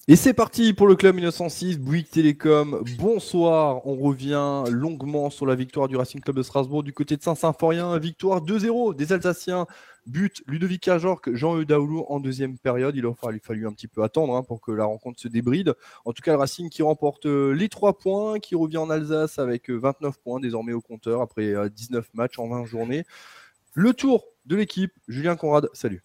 Et c'est parti pour le Club 1906, Bouygues Télécom. Bonsoir, on revient longuement sur la victoire du Racing Club de Strasbourg du côté de Saint-Symphorien. Victoire 2-0 des Alsaciens. But Ludovic Ajorc, Jean-Eudes en deuxième période. Il a fallu un petit peu attendre pour que la rencontre se débride. En tout cas, le Racing qui remporte les 3 points, qui revient en Alsace avec 29 points désormais au compteur après 19 matchs en 20 journées. Le tour de l'équipe, Julien Conrad, salut.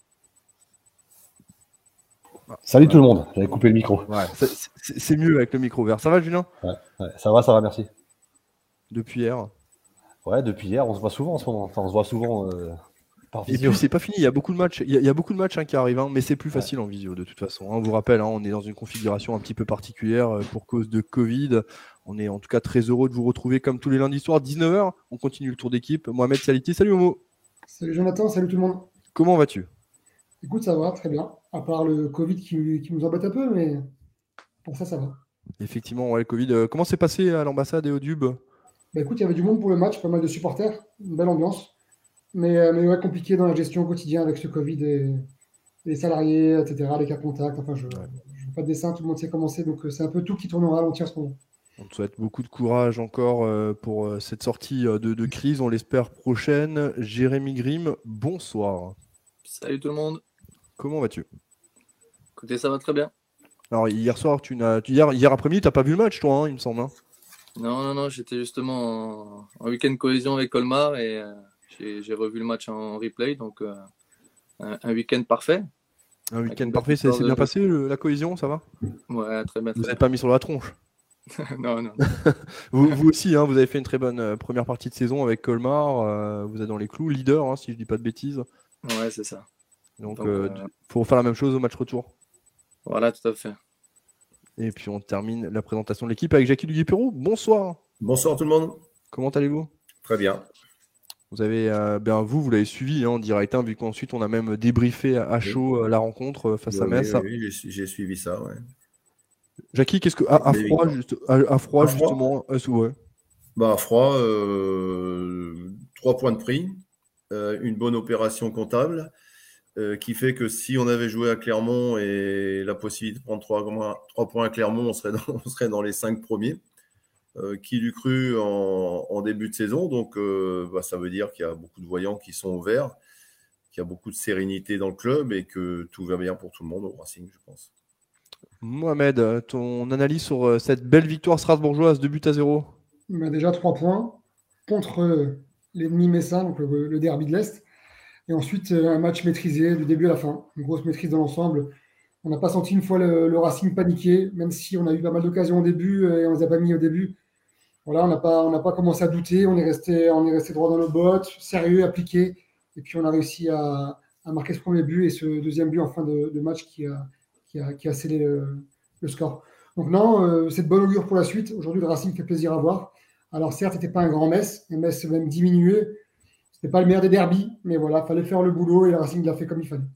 Salut tout le monde, j'avais coupé le micro. Ouais, c'est mieux avec le micro vert. Ça va, Julien ? Ouais, ça va, merci. Depuis hier. Ouais, depuis hier, on se voit souvent en ce moment. Enfin, on se voit souvent par visio. Et puis, c'est pas fini. Il y a beaucoup de matchs, il y a beaucoup de matchs qui arrivent, mais c'est plus facile en visio de toute façon. On vous rappelle, on est dans une configuration un petit peu particulière pour cause de Covid. On est en tout cas très heureux de vous retrouver comme tous les lundis soirs, 19h. On continue le tour d'équipe. Mohamed Saliti, salut Momo. Salut Jonathan, salut tout le monde. Comment vas-tu ? Écoute, ça va, très bien. À part le Covid qui nous embête un peu, mais pour ça va. Effectivement, ouais, le Covid. Comment c'est passé à l'ambassade et au DUB ? Écoute, il y avait du monde pour le match, pas mal de supporters, une belle ambiance. Mais ouais, compliqué dans la gestion au quotidien avec ce Covid et les salariés, etc., les cas contacts. Enfin, je ne fais pas de dessin, tout le monde sait comment c'est. Donc, c'est un peu tout qui tourne au ralenti en ce moment. On te souhaite beaucoup de courage encore pour cette sortie de crise. On l'espère prochaine. Jérémy Grimm, bonsoir. Salut tout le monde. Comment vas-tu ? Écoutez, ça va très bien. Alors, hier soir, hier après-midi, tu n'as pas vu le match, toi, il me semble. Non, j'étais justement en week-end cohésion avec Colmar et j'ai revu le match en replay, donc un week-end parfait. Un week-end parfait, c'est bien passé, la cohésion, ça va ? Ouais, très bien. Vous n'avez pas mis sur la tronche ? Non. vous aussi, vous avez fait une très bonne première partie de saison avec Colmar. Vous êtes dans les clous, leader, si je ne dis pas de bêtises. Ouais, c'est ça. Donc, faut faire la même chose au match retour. Voilà, tout à fait. Et puis, on termine la présentation de l'équipe avec Jackie Duguay-Perrault. Bonsoir. Bonsoir tout le monde. Comment allez-vous ? Très bien. Vous avez, vous l'avez suivi en direct, vu qu'ensuite, on a même débriefé à chaud la rencontre face à Metz. Oui, j'ai suivi ça, ouais. Jackie, qu'est-ce que à froid justement ouais. À froid, 3 points de prix, une bonne opération comptable qui fait que si on avait joué à Clermont et la possibilité de prendre 3 points à Clermont, on serait dans les 5 premiers. Qui l'eût cru en début de saison. Donc, ça veut dire qu'il y a beaucoup de voyants qui sont ouverts, qu'il y a beaucoup de sérénité dans le club et que tout va bien pour tout le monde au Racing, je pense. Mohamed, ton analyse sur cette belle victoire strasbourgeoise, 2-0 ? Déjà 3 points contre l'ennemi messin, donc le derby de l'Est. Et ensuite, un match maîtrisé du début à la fin. Une grosse maîtrise dans l'ensemble. On n'a pas senti une fois le Racing paniquer, même si on a eu pas mal d'occasions au début et on ne les a pas mis au début. Voilà, on n'a pas commencé à douter. On est resté droit dans nos bottes, sérieux, appliqué. Et puis, on a réussi à marquer ce premier but et ce deuxième but en fin de match qui a scellé le score. Donc non, c'est de bonne augure pour la suite. Aujourd'hui, le Racing fait plaisir à voir. Alors certes, c'était pas un grand Metz. Le Metz même diminué. C'était pas le meilleur des derbies, mais voilà, il fallait faire le boulot et le Racing l'a fait comme il fallait.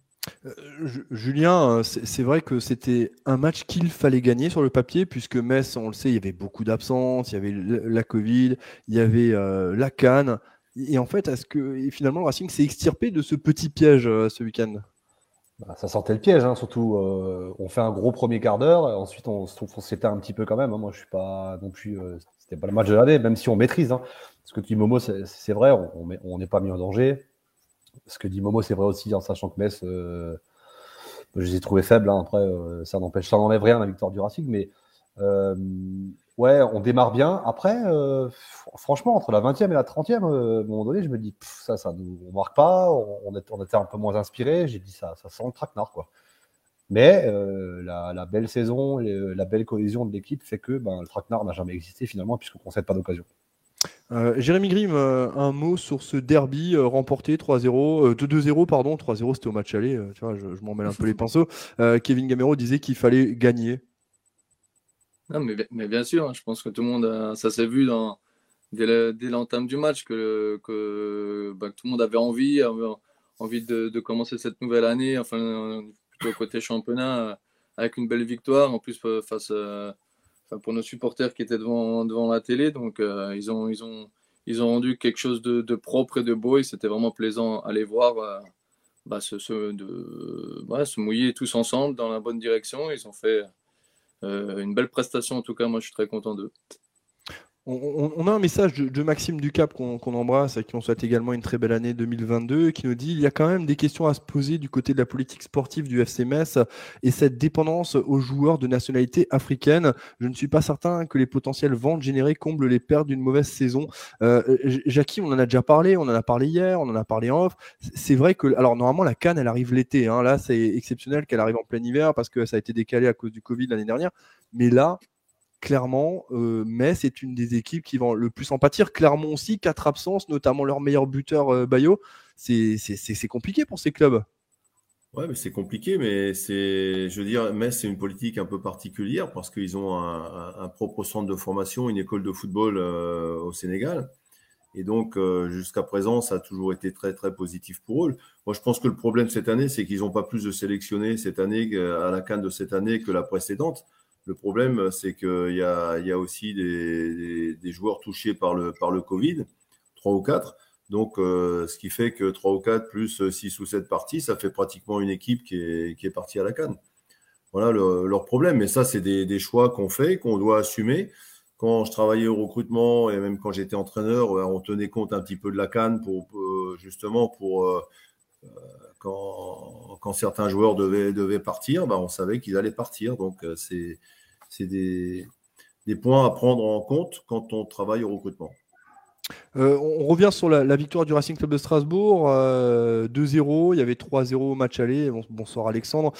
Julien, c'est vrai que c'était un match qu'il fallait gagner sur le papier, puisque Metz, on le sait, il y avait beaucoup d'absences, il y avait la Covid, il y avait la CAN. Et en fait, est-ce que finalement le Racing s'est extirpé de ce petit piège ce week-end ? Ça sentait le piège, surtout on fait un gros premier quart d'heure, ensuite on s'éteint un petit peu quand même. Moi, je suis pas non plus. C'était pas le match de l'année, même si on maîtrise. Ce que dit Momo, c'est vrai, on n'est pas mis en danger. Ce que dit Momo, c'est vrai aussi, en sachant que Metz, je les ai trouvés faibles. Après, ça n'enlève rien à la victoire du Racing, mais ouais, on démarre bien. Après, franchement, entre la 20e et la 30e, à un moment donné, je me dis, on marque pas, on était un peu moins inspiré. J'ai dit, ça sent le traquenard, quoi. Mais la belle saison, la belle cohésion de l'équipe fait que le traquenard n'a jamais existé finalement, puisqu'on ne concède pas d'occasion. Jérémy Grimm, un mot sur ce derby remporté 3-0, 2-0, pardon, 3-0 c'était au match aller, tu vois, je m'en mêle un peu les pinceaux. Kevin Gamero disait qu'il fallait gagner. Non, mais bien sûr, je pense que tout le monde, ça s'est vu dès l'entame du match que tout le monde avait envie de commencer cette nouvelle année, enfin plutôt côté championnat, avec une belle victoire, en plus pour nos supporters qui étaient devant la télé. Donc ils ont rendu quelque chose de propre et de beau et c'était vraiment plaisant à les voir se mouiller tous ensemble dans la bonne direction. Ils ont fait une belle prestation en tout cas. Moi, je suis très content d'eux. On a un message de Maxime Ducap qu'on embrasse et qui on souhaite également une très belle année 2022 qui nous dit il y a quand même des questions à se poser du côté de la politique sportive du FC Metz et cette dépendance aux joueurs de nationalité africaine. Je ne suis pas certain que les potentielles ventes générées comblent les pertes d'une mauvaise saison. Jackie, on en a déjà parlé, on en a parlé hier, on en a parlé en off. C'est vrai que, alors normalement la CAN elle arrive l'été, hein. Là c'est exceptionnel qu'elle arrive en plein hiver parce que ça a été décalé à cause du Covid l'année dernière. Mais là, clairement, Metz est une des équipes qui vont le plus en pâtir. Clermont aussi, 4 absences, notamment leur meilleur buteur Bayo. C'est compliqué pour ces clubs. Ouais, mais c'est compliqué, mais je veux dire, Metz, c'est une politique un peu particulière parce qu'ils ont un propre centre de formation, une école de football au Sénégal. Et donc, jusqu'à présent, ça a toujours été très, très positif pour eux. Moi, je pense que le problème cette année, c'est qu'ils n'ont pas plus de sélectionnés cette année, à la CAN de cette année que la précédente. Le problème, c'est qu'il y a aussi des joueurs touchés par le Covid, 3 ou 4. Donc, ce qui fait que 3 ou 4 plus 6 ou 7 parties, ça fait pratiquement une équipe qui est partie à la CAN. Voilà leur problème. Mais ça, c'est des choix qu'on fait, qu'on doit assumer. Quand je travaillais au recrutement et même quand j'étais entraîneur, on tenait compte un petit peu de la CAN justement quand certains joueurs devaient partir, on savait qu'ils allaient partir. Donc, c'est des points à prendre en compte quand on travaille au recrutement. On revient sur la victoire du Racing Club de Strasbourg, 2-0, il y avait 3-0 au match aller. Bonsoir Alexandre.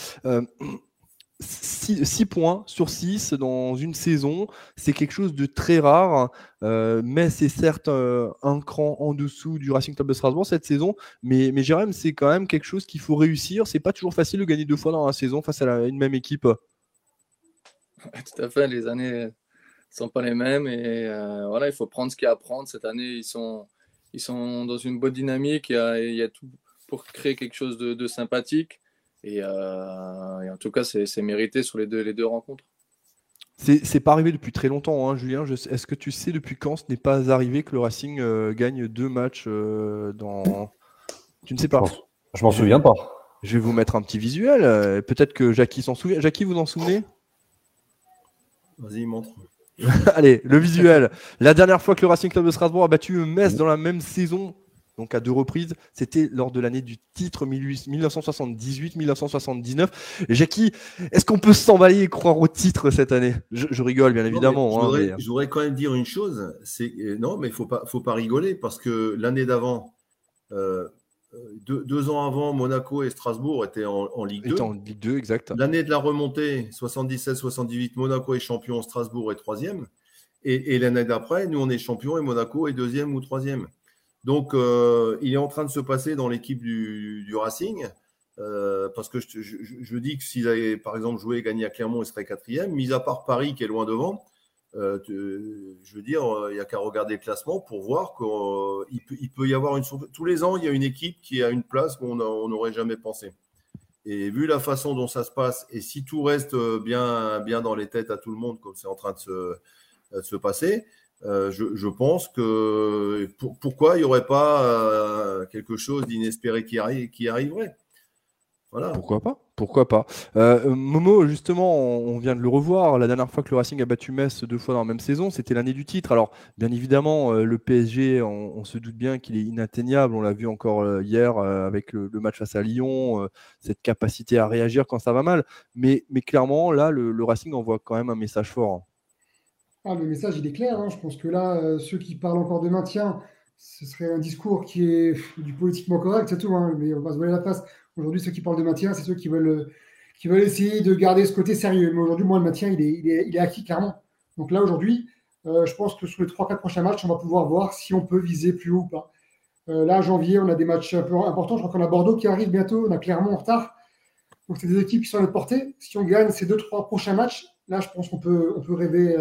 6 points sur 6 dans une saison, c'est quelque chose de très rare, mais c'est certes un cran en dessous du Racing Club de Strasbourg cette saison, mais Jérôme, c'est quand même quelque chose qu'il faut réussir. C'est pas toujours facile de gagner 2 fois dans la saison face à une même équipe. Tout à fait, les années ne sont pas les mêmes et voilà, il faut prendre ce qu'il y a à prendre. Cette année, ils sont dans une bonne dynamique, il y a tout pour créer quelque chose de sympathique. Et en tout cas, c'est mérité sur les deux rencontres. C'est pas arrivé depuis très longtemps, hein, Julien. Est-ce que tu sais depuis quand ce n'est pas arrivé que le Racing gagne 2 matchs dans... Tu ne sais pas. Je m'en souviens pas. Je vais vous mettre un petit visuel. Peut-être que Jackie s'en souvient. Jackie, vous en souvenez? Vas-y, montre. Allez, le visuel. La dernière fois que le Racing Club de Strasbourg a battu Metz dans la même saison, donc à 2 reprises, c'était lors de l'année du titre 1978-1979. Jackie, est-ce qu'on peut s'emballer et croire au titre cette année? Je rigole, bien évidemment. Je voudrais quand même dire une chose. Non, mais il faut pas rigoler parce que l'année d'avant, 2 ans avant, Monaco et Strasbourg étaient en Ligue 2. En Ligue 2, exact. L'année de la remontée, 77-78, Monaco est champion, Strasbourg est 3e. Et l'année d'après, nous, on est champion et Monaco est 2e ou 3e. Donc, il est en train de se passer dans l'équipe du Racing, parce que je dis que s'ils avaient, par exemple, joué et gagné à Clermont, ils seraient 4e, mis à part Paris qui est loin devant. Je veux dire, il n'y a qu'à regarder le classement pour voir qu'il peut y avoir tous les ans, il y a une équipe qui a une place qu'on n'aurait jamais pensé. Et vu la façon dont ça se passe, et si tout reste bien dans les têtes à tout le monde, comme c'est en train de se passer, je pense que pourquoi il n'y aurait pas quelque chose d'inespéré qui arriverait. Voilà. Pourquoi pas. Momo, justement, on vient de le revoir. La dernière fois que le Racing a battu Metz 2 fois dans la même saison, c'était l'année du titre. Alors, bien évidemment, le PSG, on se doute bien qu'il est inatteignable. On l'a vu encore hier avec le match face à Lyon, cette capacité à réagir quand ça va mal. Mais clairement, là, le Racing envoie quand même un message fort. Le message, il est clair. Je pense que là, ceux qui parlent encore de maintien, ce serait un discours qui est du politiquement correct, c'est tout. Mais on va se voiler la face. Aujourd'hui, ceux qui parlent de maintien, c'est ceux qui veulent essayer de garder ce côté sérieux. Mais aujourd'hui, moi, le maintien, il est acquis, clairement. Donc là, aujourd'hui, je pense que sur les 3-4 prochains matchs, on va pouvoir voir si on peut viser plus haut ou pas. Là, janvier, on a des matchs un peu importants. Je crois qu'on a Bordeaux qui arrive bientôt. On a Clermont en retard. Donc, c'est des équipes qui sont à notre portée. Si on gagne ces 2-3 prochains matchs, là, je pense qu'on peut rêver.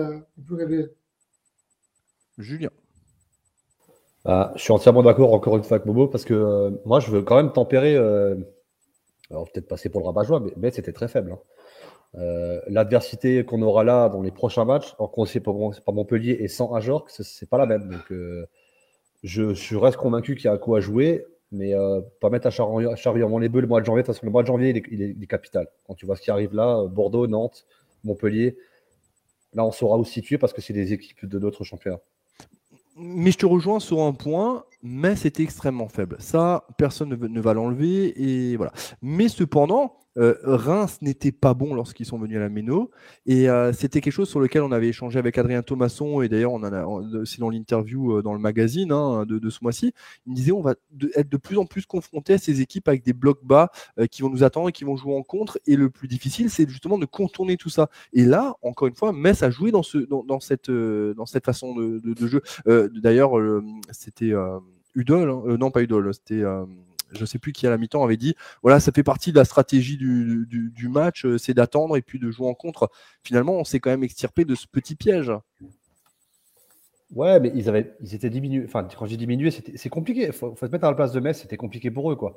Julien. Je suis entièrement d'accord encore une fois avec Momo parce que moi, je veux quand même tempérer. Alors, peut-être passer pour le rabat-joie, mais c'était très faible. L'adversité qu'on aura là dans les prochains matchs, en conseillé par Montpellier et sans Ajorc, c'est pas la même. Donc, je reste convaincu qu'il y a un coup à jouer, mais pas mettre à charrier avant les bœufs le mois de janvier. De toute façon, le mois de janvier, il est capital. Quand tu vois ce qui arrive là, Bordeaux, Nantes, Montpellier, Là, on saura où se situer parce que c'est des équipes de notre championnat. Mais je te rejoins sur un point, Metz était extrêmement faible. Ça, personne ne va l'enlever. Et voilà. Mais cependant, Reims n'était pas bon lorsqu'ils sont venus à la Méno. Et c'était quelque chose sur lequel on avait échangé avec Adrien Thomasson. Et d'ailleurs, c'est dans l'interview dans le magazine de ce mois-ci. Il me disait on va être de plus en plus confronté à ces équipes avec des blocs bas qui vont nous attendre et qui vont jouer en contre. Et le plus difficile, c'est justement de contourner tout ça. Et là, encore une fois, Metz a joué dans cette façon de jeu. D'ailleurs, c'était Udol, hein, non pas Udol, c'était je ne sais plus qui à la mi-temps avait dit voilà, ça fait partie de la stratégie du match, c'est d'attendre et puis de jouer en contre. Finalement, on s'est quand même extirpé de ce petit piège. Ouais, mais ils étaient diminués. Enfin, quand j'ai diminué, c'est compliqué. Faut se mettre à la place de Metz, c'était compliqué pour eux, quoi.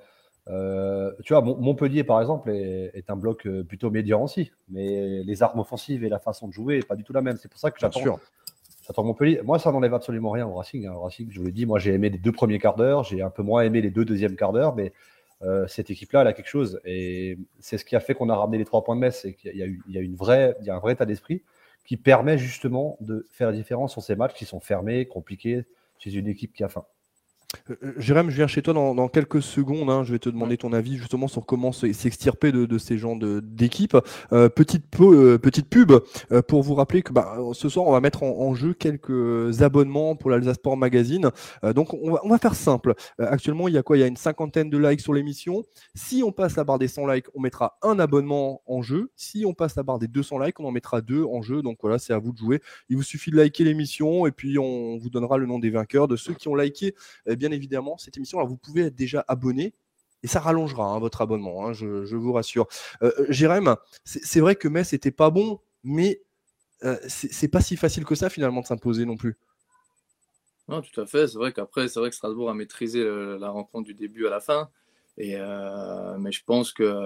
Tu vois, Montpellier, par exemple, est un bloc plutôt médian aussi. Mais les armes offensives et la façon de jouer n'est pas du tout la même. C'est pour ça que j'attends Montpellier. Moi, ça n'enlève absolument rien au Racing. Au Racing, je vous l'ai dit, moi, j'ai aimé les 2 premiers quarts d'heure. J'ai un peu moins aimé les 2 deuxièmes quarts d'heure. Mais cette équipe-là, elle a quelque chose. Et c'est ce qui a fait qu'on a ramené les 3 points de Metz. C'est qu'il y a un vrai état d'esprit qui permet justement de faire la différence sur ces matchs qui sont fermés, compliqués, chez une équipe qui a faim. Jérém, je viens chez toi dans quelques secondes. Hein. Je vais te demander ton avis justement sur comment s'extirper de ces genres d'équipes. Petite pub pour vous rappeler que ce soir, on va mettre en jeu quelques abonnements pour l'Alsace Sport Magazine. Donc, on va faire simple. Actuellement, il y a quoi? Il y a une 50aine de likes sur l'émission. Si on passe la barre des 100 likes, on mettra un abonnement en jeu. Si on passe la barre des 200 likes, on en mettra 2 en jeu. Donc voilà, c'est à vous de jouer. Il vous suffit de liker l'émission et puis on vous donnera le nom des vainqueurs. De ceux qui ont liké bien évidemment cette émission. Alors vous pouvez être déjà abonné et ça rallongera votre abonnement, hein, je vous rassure. Jérém, c'est vrai que Metz n'était pas bon, mais c'est pas si facile que ça finalement de s'imposer non plus. Non, tout à fait. C'est vrai que Strasbourg a maîtrisé la rencontre du début à la fin. Mais je pense que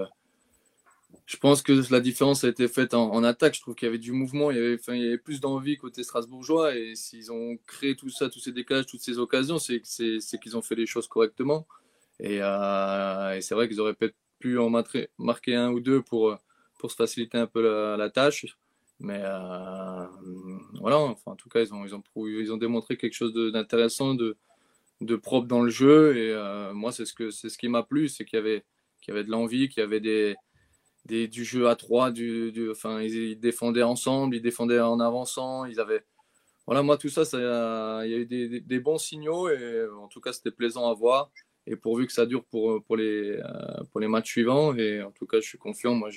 la différence a été faite en attaque. Je trouve qu'il y avait du mouvement, il y avait plus d'envie côté strasbourgeois. Et s'ils ont créé tout ça, tous ces décalages, toutes ces occasions, c'est qu'ils ont fait les choses correctement. Et c'est vrai qu'ils auraient peut-être pu en marquer 1 ou 2 pour se faciliter un peu la tâche. Mais voilà, enfin, en tout cas, ils ont démontré quelque chose d'intéressant, de propre dans le jeu. Et moi, c'est ce qui m'a plu, c'est qu'il y avait de l'envie, qu'il y avait du jeu à 3, enfin, ils défendaient ensemble, ils défendaient en avançant. Voilà, moi, tout ça, il y a eu des bons signaux. Et en tout cas, c'était plaisant à voir. Et pourvu que ça dure pour les matchs suivants. Et en tout cas, je suis confiant. Moi,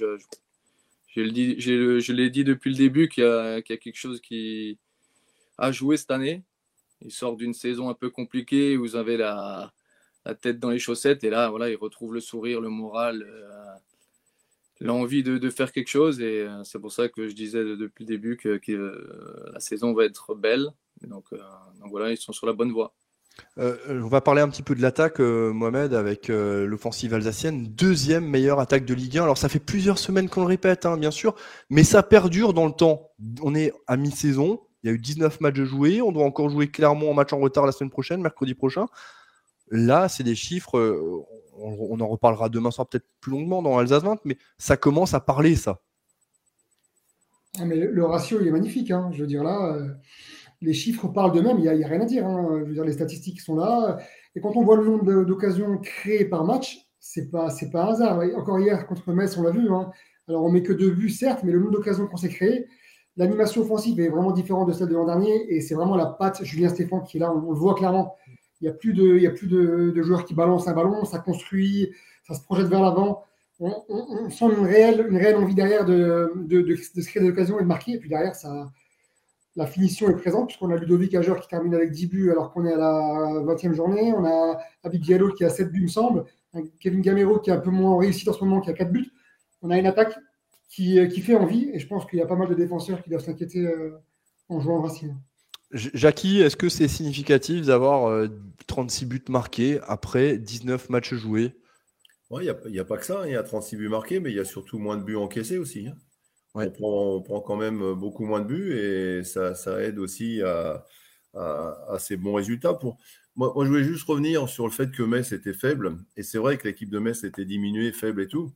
je l'ai dit depuis le début qu'il y a quelque chose qui a joué cette année. Ils sortent d'une saison un peu compliquée où ils avaient la tête dans les chaussettes. Et là, voilà, ils retrouvent le sourire, le moral, l'envie de faire quelque chose. Et c'est pour ça que je disais depuis le début que la saison va être belle. Donc voilà, ils sont sur la bonne voie. On va parler un petit peu de l'attaque, Mohamed, avec l'offensive alsacienne, 2e meilleure attaque de Ligue 1. Alors ça fait plusieurs semaines qu'on le répète, hein, bien sûr, mais ça perdure dans le temps. On est à mi-saison, il y a eu 19 matchs joués, on doit encore jouer Clermont en match en retard la semaine prochaine, mercredi prochain. Là, c'est des chiffres, on en reparlera demain soir peut-être plus longuement dans Alsace 20, mais ça commence à parler, ça. Ah, mais le ratio, il est magnifique. Hein. Je veux dire, là, les chiffres parlent d'eux-mêmes, il n'y a rien à dire. Hein. Je veux dire, les statistiques sont là. Et quand on voit le nombre d'occasions créées par match, c'est pas un hasard. Et encore hier, contre Metz, on l'a vu. Hein. Alors, on met que 2 buts, certes, mais le nombre d'occasions qu'on s'est créées, l'animation offensive est vraiment différente de celle de l'an dernier. Et c'est vraiment la patte Julien Stéphan qui est là. On le voit clairement. Il n'y a plus de joueurs qui balancent un ballon. Ça construit, ça se projette vers l'avant. On sent une réelle envie derrière de se créer des occasions et de marquer. Et puis derrière, la finition est présente, puisqu'on a Ludovic Hageur qui termine avec 10 buts alors qu'on est à la 20e journée. On a Habib Diallo qui a 7 buts, il me semble. Kevin Gamero qui est un peu moins réussi en ce moment, qui a 4 buts. On a une attaque qui fait envie. Et je pense qu'il y a pas mal de défenseurs qui doivent s'inquiéter en jouant au Racing. Jackie, est-ce que c'est significatif d'avoir 36 buts marqués après 19 matchs joués? Ouais, il n'y a pas que ça, il y a 36 buts marqués, mais il y a surtout moins de buts encaissés aussi. Hein. Ouais. On prend quand même beaucoup moins de buts et ça aide aussi à ces bons résultats. Moi, je voulais juste revenir sur le fait que Metz était faible. Et c'est vrai que l'équipe de Metz était diminuée, faible et tout.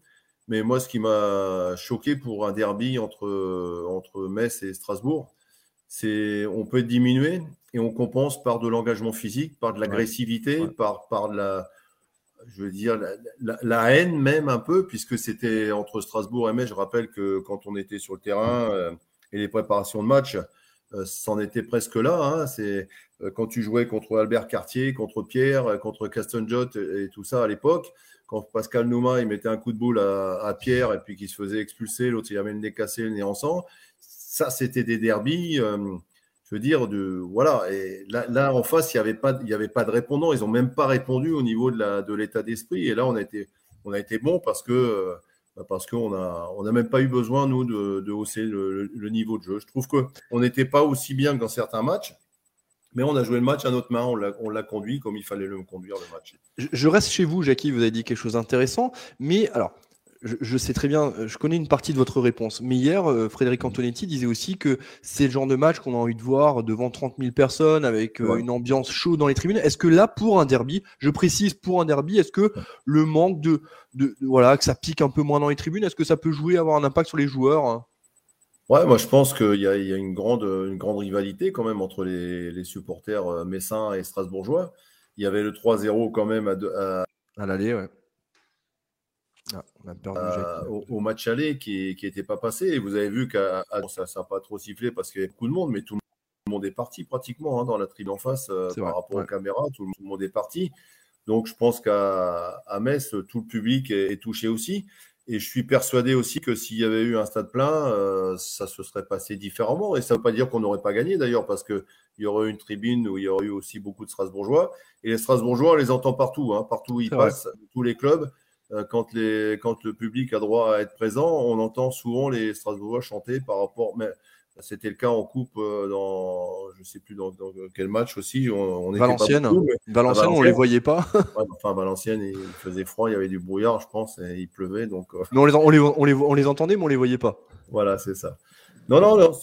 Mais moi, ce qui m'a choqué pour un derby entre Metz et Strasbourg, c'est on peut diminuer et on compense par de l'engagement physique, par de l'agressivité, par de la, je veux dire, la haine même un peu, puisque c'était entre Strasbourg et Metz. Je rappelle que quand on était sur le terrain et les préparations de match, c'en était presque là. Hein. C'est quand tu jouais contre Albert Cartier, contre Pierre, contre Castanjot et tout ça à l'époque. Quand Pascal Nouma il mettait un coup de boule à Pierre et puis qu'il se faisait expulser, l'autre il avait le nez cassé, le nez en sang. Ça, c'était des derbies. Je veux dire, voilà. Et là, en face, il n'y avait pas de répondant. Ils n'ont même pas répondu au niveau de l'état d'esprit. Et là, on a été bon parce qu'on n'a même pas eu besoin, nous, de hausser le niveau de jeu. Je trouve qu'on n'était pas aussi bien que dans certains matchs, mais on a joué le match à notre main. On l'a conduit comme il fallait le conduire, le match. Je reste chez vous, Jackie, vous avez dit quelque chose d'intéressant. Mais alors, je sais très bien, je connais une partie de votre réponse. Mais hier, Frédéric Antonetti disait aussi que c'est le genre de match qu'on a envie de voir devant 30 000 personnes avec une ambiance chaude dans les tribunes. Est-ce que là, pour un derby, je précise pour un derby, est-ce que le manque voilà, que ça pique un peu moins dans les tribunes, est-ce que ça peut jouer, avoir un impact sur les joueurs, hein? Ouais, moi je pense qu'il y a une grande rivalité quand même entre les supporters messins et strasbourgeois. Il y avait le 3-0 quand même à l'aller, ouais. Ah, on a perdu au match aller qui n'était pas passé. Et vous avez vu ça n'a pas trop sifflé parce qu'il y avait beaucoup de monde, mais tout le monde est parti pratiquement dans la tribune en face par rapport aux caméras. Tout le monde est parti. Donc je pense qu'à Metz, tout le public est touché aussi. Et je suis persuadé aussi que s'il y avait eu un stade plein, ça se serait passé différemment. Et ça ne veut pas dire qu'on n'aurait pas gagné d'ailleurs, parce qu'il y aurait eu une tribune où il y aurait eu aussi beaucoup de Strasbourgeois. Et les Strasbourgeois, on les entend partout, partout où ils passent, tous les clubs. Quand le public a droit à être présent, on entend souvent les Strasbourgeois chanter par rapport. Mais c'était le cas en coupe je ne sais plus dans quel match aussi. On Valenciennes, Valenciennes, on ne les voyait pas. Enfin, Valenciennes, il faisait froid, il y avait du brouillard, je pense, et il pleuvait. Donc, mais on les entendait, mais on ne les voyait pas. Voilà, c'est ça. Non,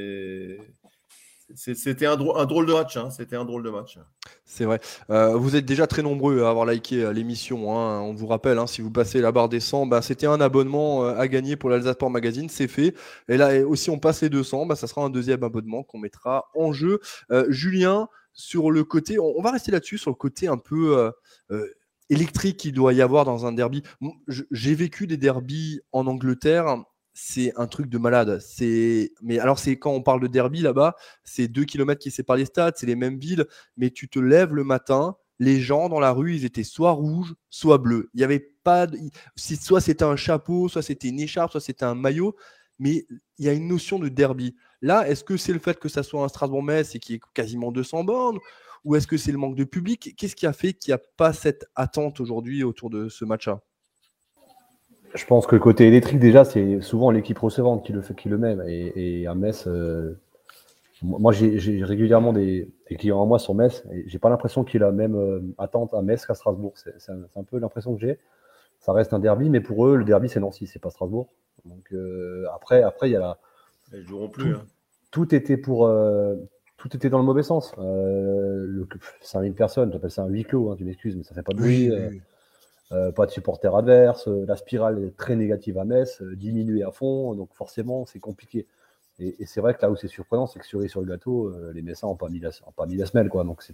c'était un drôle de match. C'était un drôle de match. C'est vrai. Vous êtes déjà très nombreux à avoir liké l'émission. On vous rappelle, si vous passez la barre des 100, c'était un abonnement à gagner pour l'Alsace Sport Magazine. C'est fait. Et là aussi, on passe les 200. Ça sera un deuxième abonnement qu'on mettra en jeu. Julien, sur le côté, on va rester là-dessus, sur le côté un peu électrique qu'il doit y avoir dans un derby. J'ai vécu des derbys en Angleterre. C'est un truc de malade. Mais alors, c'est quand on parle de derby là-bas, c'est 2 km qui séparent les stades, c'est les mêmes villes, mais tu te lèves le matin, les gens dans la rue, ils étaient soit rouges, soit bleus. Il y avait pas soit c'était un chapeau, soit c'était une écharpe, soit c'était un maillot, mais il y a une notion de derby. Là, est-ce que c'est le fait que ça soit un Strasbourg-Metz et qu'il y ait quasiment 200 bornes, ou est-ce que c'est le manque de public? Qu'est-ce qui a fait qu'il n'y a pas cette attente aujourd'hui autour de ce match-là? Je pense que le côté électrique, déjà, c'est souvent l'équipe recevante qui le met. Et à Metz, moi, j'ai régulièrement des clients à moi sur Metz. Et j'ai pas l'impression qu'il y ait la même attente à Metz qu'à Strasbourg. C'est un peu l'impression que j'ai. Ça reste un derby, mais pour eux, le derby, c'est Nancy, c'est pas Strasbourg. Donc après, il y a la. Ils joueront plus. Tout était dans le mauvais sens. 5000 personnes, j'appelle ça un huis clos, tu m'excuses, mais ça fait pas de bruit. Pas de supporters adverses, la spirale est très négative à Metz, diminuée à fond, donc forcément c'est compliqué. Et c'est vrai que là où c'est surprenant, c'est que cerise sur le gâteau, les Messins n'ont pas mis la semelle, quoi. Donc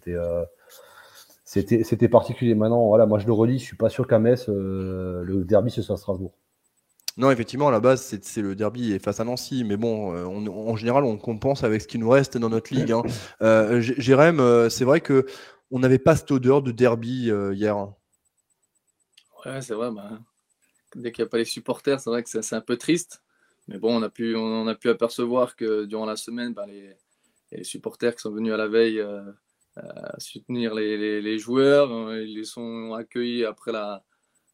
c'était particulier. Maintenant, voilà, moi je le redis, je suis pas sûr qu'à Metz le derby ce soit Strasbourg. Non, effectivement, à la base, c'est le derby face à Nancy. Mais bon, en général, on compense avec ce qui nous reste dans notre ligue. Jérém, c'est vrai qu'on n'avait pas cette odeur de derby hier. Ouais, c'est vrai. Dès qu'il n'y a pas les supporters, c'est vrai que c'est un peu triste. Mais bon, on a pu apercevoir que durant la semaine, les supporters qui sont venus à la veille soutenir les joueurs, ils les sont accueillis après leur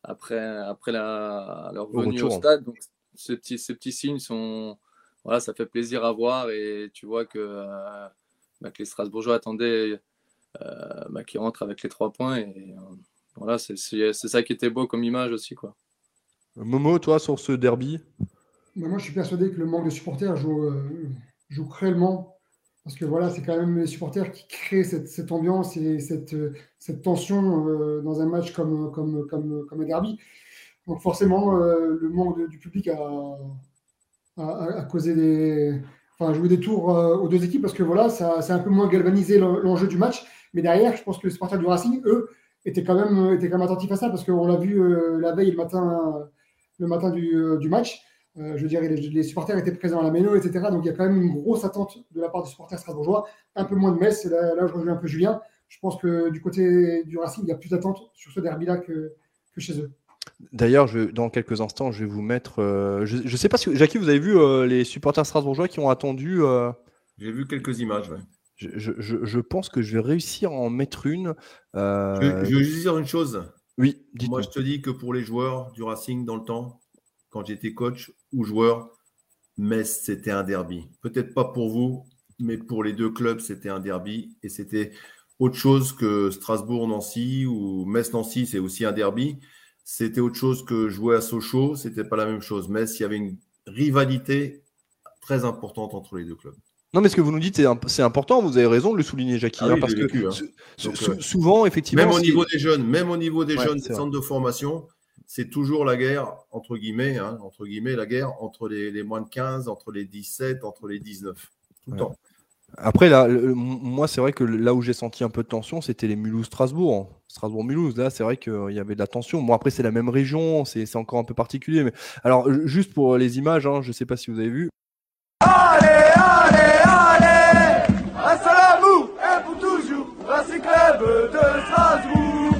venue au stade. Donc, ces petits signes voilà, ça fait plaisir à voir. Et tu vois que les Strasbourgeois attendaient qu'ils rentrent avec les 3 points. Et voilà, c'est ça qui était beau comme image aussi, quoi. Momo, toi, sur ce derby? Moi, je suis persuadé que le manque de supporters joue cruellement. Parce que voilà, c'est quand même les supporters qui créent cette ambiance et cette tension dans un match comme un derby. Donc forcément, le manque du public a causé joué des tours aux deux équipes parce que voilà, ça a un peu moins galvanisé l'enjeu du match. Mais derrière, je pense que les supporters du Racing, eux, étaient quand même attentifs à ça parce qu'on l'a vu la veille, le matin du match. Je veux dire, les supporters étaient présents à la Méno, etc. Donc il y a quand même une grosse attente de la part des supporters strasbourgeois. Un peu moins de Metz. Là, je rejoins un peu Julien. Je pense que du côté du Racing, il y a plus d'attente sur ce derby-là que chez eux. D'ailleurs, dans quelques instants, je vais vous mettre. Je ne sais pas si. Jackie, vous avez vu les supporters strasbourgeois qui ont attendu. J'ai vu quelques images. Ouais. Je pense que je vais réussir à en mettre une. Je veux juste dire une chose. Oui, dites-moi. Moi, je te dis que pour les joueurs du Racing dans le temps, quand j'étais coach ou joueur, Metz, c'était un derby. Peut-être pas pour vous, mais pour les deux clubs, c'était un derby. Et c'était autre chose que Strasbourg-Nancy ou Metz-Nancy, c'est aussi un derby. C'était autre chose que jouer à Sochaux, c'était pas la même chose. Metz, il y avait une rivalité très importante entre les deux clubs. Non, mais ce que vous nous dites, c'est important. Vous avez raison de le souligner, Jackie. Ah oui, parce que vécu, souvent, effectivement. Même au niveau des jeunes, des c'est centres de formation, c'est toujours la guerre, entre guillemets, la guerre entre les moins de 15, entre les 17, entre les 19. Tout le temps. Après, là, moi, c'est vrai que là où j'ai senti un peu de tension, c'était les Mulhouse-Strasbourg. Strasbourg-Mulhouse, là, c'est vrai qu'il y avait de la tension. Bon, après, c'est la même région, c'est encore un peu particulier. Mais... Alors, juste pour les images, je ne sais pas si vous avez vu. Allez, allez, allez, Assalamou et pour toujours, Racing Club de Strasbourg.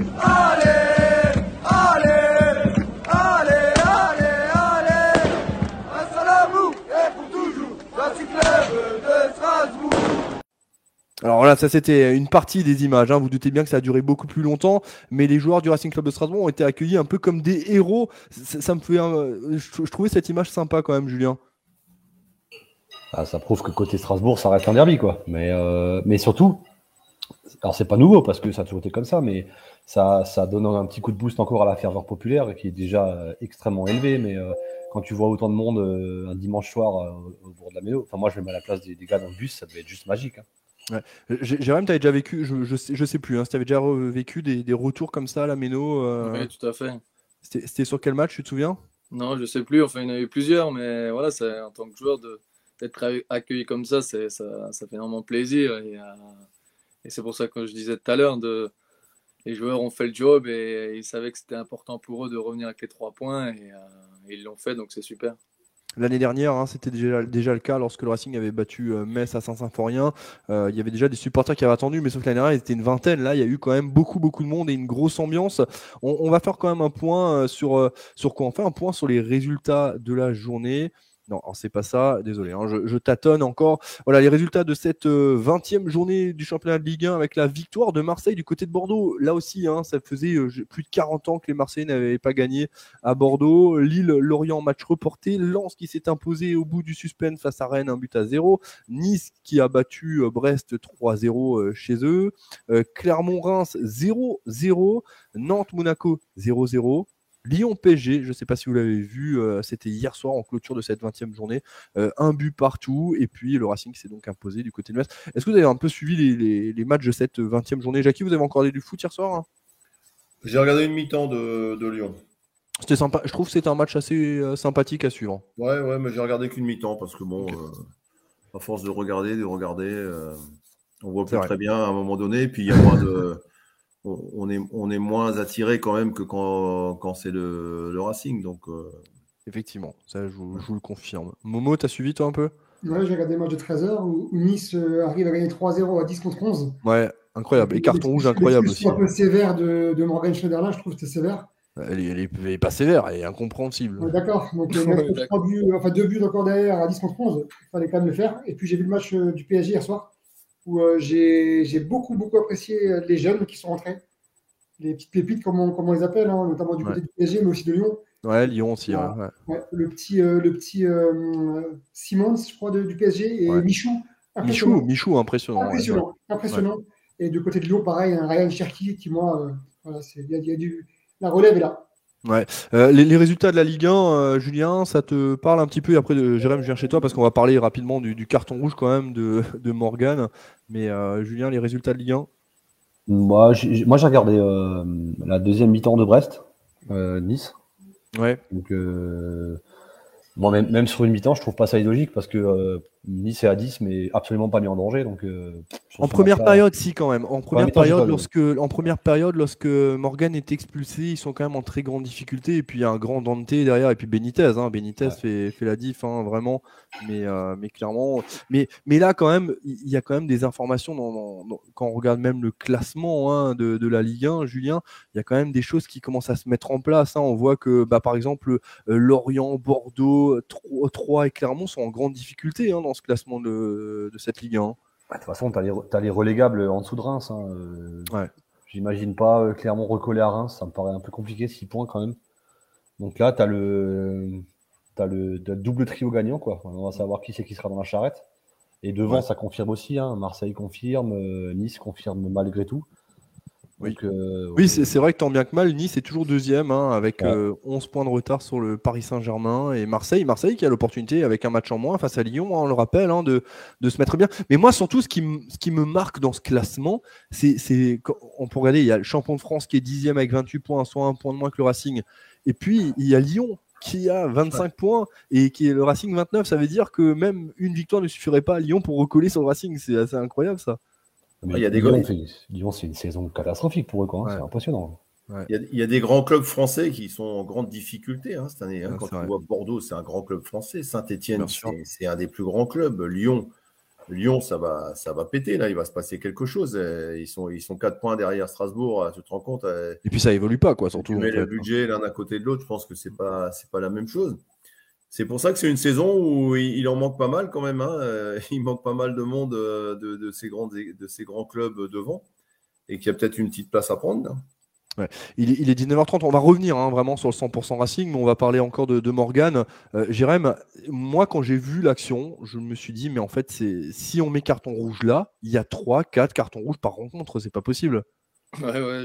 Allez, allez, allez, allez, allez, Assalamou et pour toujours, Racing Club de Strasbourg. Alors là, ça c'était une partie des images. Vous doutez bien que ça a duré beaucoup plus longtemps, mais les joueurs du Racing Club de Strasbourg ont été accueillis un peu comme des héros. Ça me fait, je trouvais cette image sympa quand même, Julien. Ah, ça prouve que côté Strasbourg, ça reste un derby, quoi. Mais surtout, alors c'est pas nouveau parce que ça a toujours été comme ça, mais ça donne un petit coup de boost encore à la ferveur populaire qui est déjà extrêmement élevée. Mais quand tu vois autant de monde un dimanche soir au bord de la Méno, enfin moi je me mets à la place des gars dans le bus, ça devait être juste magique. Ouais. Jérôme, tu avais déjà vécu, je sais plus, si tu avais déjà vécu des retours comme ça à la Méno. Oui, tout à fait. C'était sur quel match, tu te souviens? Non, je sais plus. Enfin, il y en a eu plusieurs, mais voilà, en tant que joueur d'être accueilli comme ça, ça fait énormément plaisir. Et c'est pour ça que je disais tout à l'heure, les joueurs ont fait le job et ils savaient que c'était important pour eux de revenir avec les 3 points et ils l'ont fait, donc c'est super. L'année dernière, c'était déjà le cas lorsque le Racing avait battu Metz à Saint-Symphorien. Il y avait déjà des supporters qui avaient attendu, mais sauf que l'année dernière, ils étaient une vingtaine. Là, il y a eu quand même beaucoup de monde et une grosse ambiance. On va faire quand même un point sur quoi on fait un point sur les résultats de la journée. Non, c'est pas ça, désolé, je tâtonne encore. Voilà les résultats de cette 20e journée du championnat de Ligue 1 avec la victoire de Marseille du côté de Bordeaux. Là aussi, ça faisait plus de 40 ans que les Marseillais n'avaient pas gagné à Bordeaux. Lille-Lorient, match reporté. Lens qui s'est imposé au bout du suspense face à Rennes, 1-0. Nice qui a battu Brest 3-0 chez eux. Clermont-Reims 0-0. Nantes-Monaco 0-0. Lyon-PSG, je ne sais pas si vous l'avez vu, c'était hier soir en clôture de cette 20e journée, un but partout, et puis le Racing s'est donc imposé du côté de Metz. Est-ce que vous avez un peu suivi les matchs de cette 20e journée? Jackie, vous avez encore du foot hier soir? J'ai regardé une mi-temps de Lyon. C'était sympa, je trouve que c'était un match assez sympathique à suivre. Ouais, mais j'ai regardé qu'une mi-temps parce que bon, à force de regarder, on voit plus très bien à un moment donné, puis il y a moins de... On est moins attiré quand même que quand c'est le Racing. Donc, effectivement, ça je vous le confirme. Momo, t'as suivi toi un peu? Ouais, j'ai regardé le match de 13h où Nice arrive à gagner 3-0 à 10 contre 11. Ouais, incroyable. Et carton rouge incroyable aussi. Un peu sévère de Morgan Schneiderlin, je trouve que c'était sévère. Elle est pas sévère, elle est incompréhensible. Ouais, d'accord. Donc, 2 buts encore derrière à 10 contre 11, il fallait quand même le faire. Et puis, j'ai vu le match du PSG hier soir où j'ai beaucoup apprécié les jeunes qui sont rentrés. Les petites pépites, comme on les appelle, notamment du côté du PSG, mais aussi de Lyon. Ouais, Lyon aussi. Ouais, le petit Simons, je crois, du PSG, et Michou. Michou, impressionnant. Impressionnant. Ouais. Et du côté de Lyon, pareil, un Ryan Cherki qui, moi, la relève est là. Ouais. Les résultats de la Ligue 1, Julien, ça te parle un petit peu? Après, Jérôme, je viens chez toi parce qu'on va parler rapidement du carton rouge quand même de Morgan. Mais Julien, les résultats de Ligue 1? Moi, j'ai regardé la deuxième mi-temps de Brest, Nice. Ouais. Donc, moi, même sur une mi-temps, je trouve pas ça illogique parce que Nice est à 10, mais absolument pas mis en danger. Donc, sur En ce première match-là, période, si quand même. En première période, lorsque Morgan est expulsé, ils sont quand même en très grande difficulté. Et puis il y a un grand Dante derrière, et puis Benitez. Benitez fait la diff, vraiment. Mais clairement. Mais là, quand même, il y a quand même des informations quand on regarde même le classement de la Ligue 1, Julien. Il y a quand même des choses qui commencent à se mettre en place. On voit que, par exemple, Lorient, Bordeaux, Troyes et Clermont sont en grande difficulté dans ce classement de cette Ligue 1. De toute façon, t'as les relégables en dessous de Reims. Ouais. J'imagine pas Clermont recoller à Reims. Ça me paraît un peu compliqué, 6 points quand même. Donc là, t'as le double trio gagnant, quoi. On va savoir qui c'est qui sera dans la charrette. Et devant, ça confirme aussi. Marseille confirme, Nice confirme malgré tout. Oui, Donc, oui c'est vrai que tant bien que mal, Nice est toujours deuxième avec Ouais. 11 points de retard sur le Paris Saint-Germain et Marseille qui a l'opportunité avec un match en moins face à Lyon, on le rappelle, de se mettre bien. Mais moi, surtout, ce qui me marque dans ce classement, c'est on peut regarder, il y a le champion de France qui est 10e avec 28 points, soit un point de moins que le Racing. Et puis, il y a Lyon qui a 25 points et qui est le Racing 29. Ça veut dire que même une victoire ne suffirait pas à Lyon pour recoller sur le Racing. C'est assez incroyable, ça. Mais il y a des Lyon, c'est une saison catastrophique pour eux, quoi. Ouais. C'est impressionnant. Ouais. Il y a des grands clubs français qui sont en grande difficulté cette année. Ouais, Quand c'est tu vrai. vois Bordeaux, c'est un grand club français. Saint-Étienne, Bien sûr. c'est un des plus grands clubs. Lyon, ça va péter. Là, il va se passer quelque chose. Ils sont 4 points derrière Strasbourg. Tu te rends compte. Et puis ça évolue pas, quoi, surtout. Tu mets le budget l'un à côté de l'autre. Je pense que c'est pas la même chose. C'est pour ça que c'est une saison où il en manque pas mal quand même. Il manque pas mal de monde de ces grands clubs devant et qu'il y a peut-être une petite place à prendre. Ouais. Il est 19h30, on va revenir vraiment sur le 100% Racing, mais on va parler encore de Morgan. Jérém, moi quand j'ai vu l'action, je me suis dit, mais en fait, si on met carton rouge là, il y a 3-4 cartons rouges par rencontre, c'est pas possible. Ouais,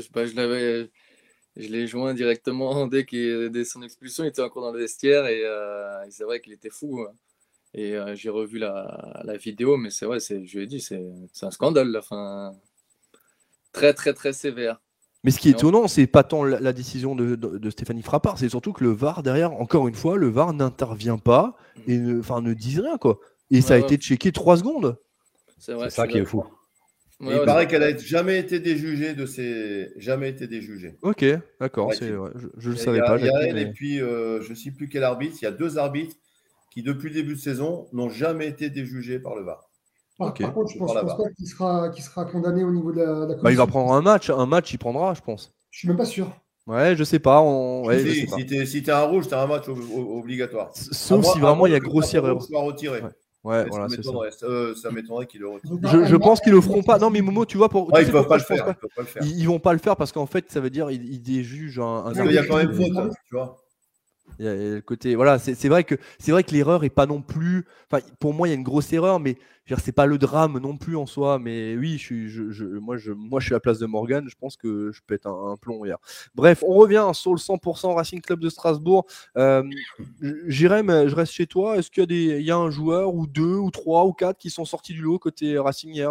je l'ai joint directement dès son expulsion, il était encore dans le vestiaire et c'est vrai qu'il était fou. Et j'ai revu la vidéo, mais c'est vrai, je lui ai dit, c'est un scandale, là. Enfin, très, très, très sévère. Mais ce qui est étonnant, c'est pas tant la décision de Stéphanie Frappard, c'est surtout que le VAR derrière, encore une fois, le VAR n'intervient pas et ne dit rien, quoi. Et ça a été checké 3 secondes. C'est ça qui est fou. Il paraît qu'elle n'a jamais été déjugée Jamais été déjugée. Ok, d'accord. Je ne le savais pas. Et puis, je ne sais plus quel arbitre. Il y a 2 arbitres qui, depuis le début de saison, n'ont jamais été déjugés par le VAR. Par contre, je ne pense pas qu'il sera condamné au niveau de la commission. Il va prendre un match, il prendra, je pense. Je ne suis même pas sûr. Ouais, je sais pas. Si tu as un rouge, tu as un match obligatoire. Sauf si vraiment il y a grosse erreur. Soit retiré. Ouais, voilà, c'est ça. Ça m'étonnerait qu'ils le retirent. Je pense qu'ils le feront pas. Non, mais Momo, tu vois, ils peuvent pas le faire. Ils vont pas le faire parce qu'en fait, ça veut dire ils déjugent un. Il y a quand même faute, tu vois. Il y a le côté, voilà, c'est vrai que l'erreur est pas non plus. Enfin, pour moi, il y a une grosse erreur, mais c'est pas le drame non plus en soi. Mais oui, moi, je suis à la place de Morgan. Je pense que je pète un plomb hier. Bref, on revient sur le 100% Racing Club de Strasbourg. Jérém, je reste chez toi. Est-ce qu'il y a un joueur ou 2 ou 3 ou 4 qui sont sortis du lot côté Racing hier?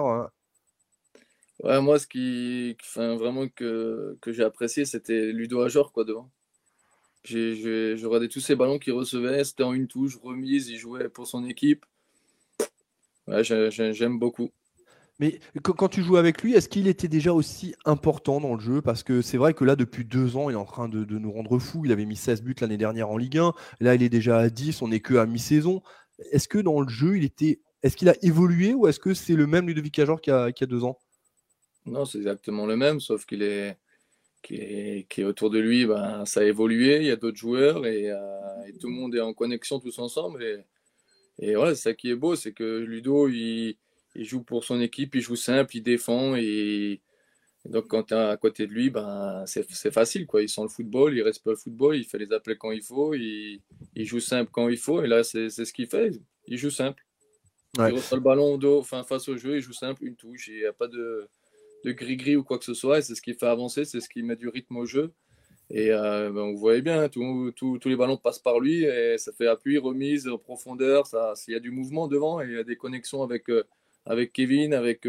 Ouais, moi, vraiment que j'ai apprécié, c'était Ludo Ajor, quoi, devant. Je regardais tous ces ballons qu'il recevait, c'était en une touche, remise, il jouait pour son équipe. Ouais, j'aime beaucoup. Mais quand tu joues avec lui, est-ce qu'il était déjà aussi important dans le jeu? Parce que c'est vrai que là, depuis 2 ans, il est en train de nous rendre fous. Il avait mis 16 buts l'année dernière en Ligue 1. Là, il est déjà à 10, on n'est que à mi-saison. Est-ce que dans le jeu, est-ce qu'il a évolué ou est-ce que c'est le même Ludovic Ajor qu'il y a 2 ans? Non, c'est exactement le même, sauf qu'il est autour de lui, ça a évolué, il y a d'autres joueurs et tout le monde est en connexion tous ensemble. Et voilà, c'est ça qui est beau, c'est que Ludo, il joue pour son équipe, il joue simple, il défend. Et donc quand tu es à côté de lui, c'est facile, quoi. Il sent le football, il respecte le football, il fait les appels quand il faut, il joue simple quand il faut. Et là, c'est ce qu'il fait, il joue simple. Ouais. Il reçoit le ballon au dos, face au jeu, il joue simple, une touche, il n'y a pas de gris-gris ou quoi que ce soit, et c'est ce qui fait avancer, c'est ce qui met du rythme au jeu. Et vous voyez bien, tous les ballons passent par lui, et ça fait appui, remise, profondeur, il y a du mouvement devant, et il y a des connexions avec Kevin, avec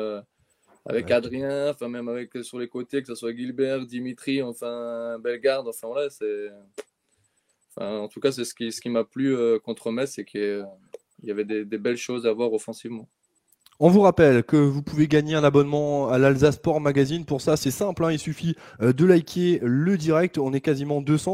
Adrien, enfin même avec sur les côtés, que ce soit Gilbert, Dimitri, enfin Bellegarde, enfin voilà, Enfin, en tout cas, c'est ce qui m'a plu contre Metz, c'est qu'il y avait des belles choses à voir offensivement. On vous rappelle que vous pouvez gagner un abonnement à l'Alsace Sport Magazine. Pour ça, c'est simple, hein, il suffit de liker le direct. On est quasiment 200.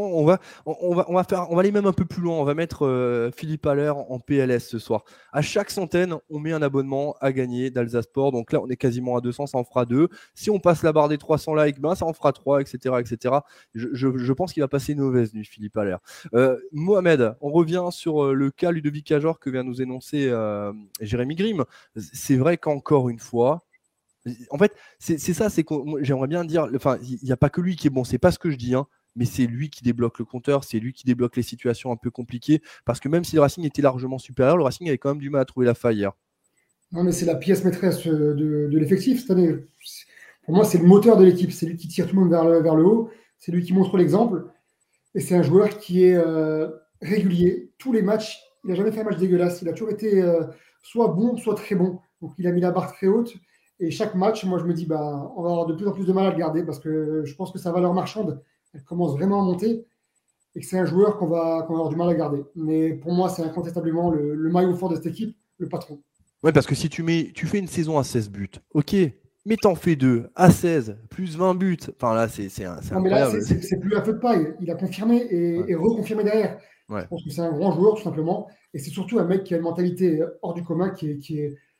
On va aller même un peu plus loin. On va mettre Philippe Haller en PLS ce soir. À chaque centaine, on met un abonnement à gagner d'Alsace Sport. Donc là, on est quasiment à 200, ça en fera 2. Si on passe la barre des 300 likes, ben, ça en fera 3, etc., etc. Je pense qu'il va passer une mauvaise nuit, Philippe Haller. Mohamed, on revient sur le cas Ludovic Ajor que vient nous énoncer Jérémy Grimm. C'est vrai qu'encore une fois, en fait, c'est ça, c'est que j'aimerais bien dire, enfin, il n'y a pas que lui qui est bon, c'est pas ce que je dis, hein, mais c'est lui qui débloque le compteur, c'est lui qui débloque les situations un peu compliquées, parce que même si le Racing était largement supérieur, le Racing avait quand même du mal à trouver la faille hier. Non, mais c'est la pièce maîtresse de l'effectif cette année. Pour moi, c'est le moteur de l'équipe. C'est lui qui tire tout le monde vers le haut. C'est lui qui montre l'exemple. Et c'est un joueur qui est régulier. Tous les matchs, il n'a jamais fait un match dégueulasse. Il a toujours été soit bon, soit très bon. Donc, il a mis la barre très haute. Et chaque match, moi, je me dis, bah, on va avoir de plus en plus de mal à le garder parce que je pense que sa valeur marchande, elle commence vraiment à monter et que c'est un joueur qu'on va avoir du mal à garder. Mais pour moi, c'est incontestablement le maillon fort de cette équipe, le patron. Ouais, parce que si tu fais une saison à 16 buts, ok, mais t'en fais 2 à 16, plus 20 buts, enfin là, c'est Non, mais là, incroyable. c'est plus un feu de paille. Il a confirmé et reconfirmé derrière. Ouais. Je pense que c'est un grand joueur, tout simplement. Et c'est surtout un mec qui a une mentalité hors du commun, qui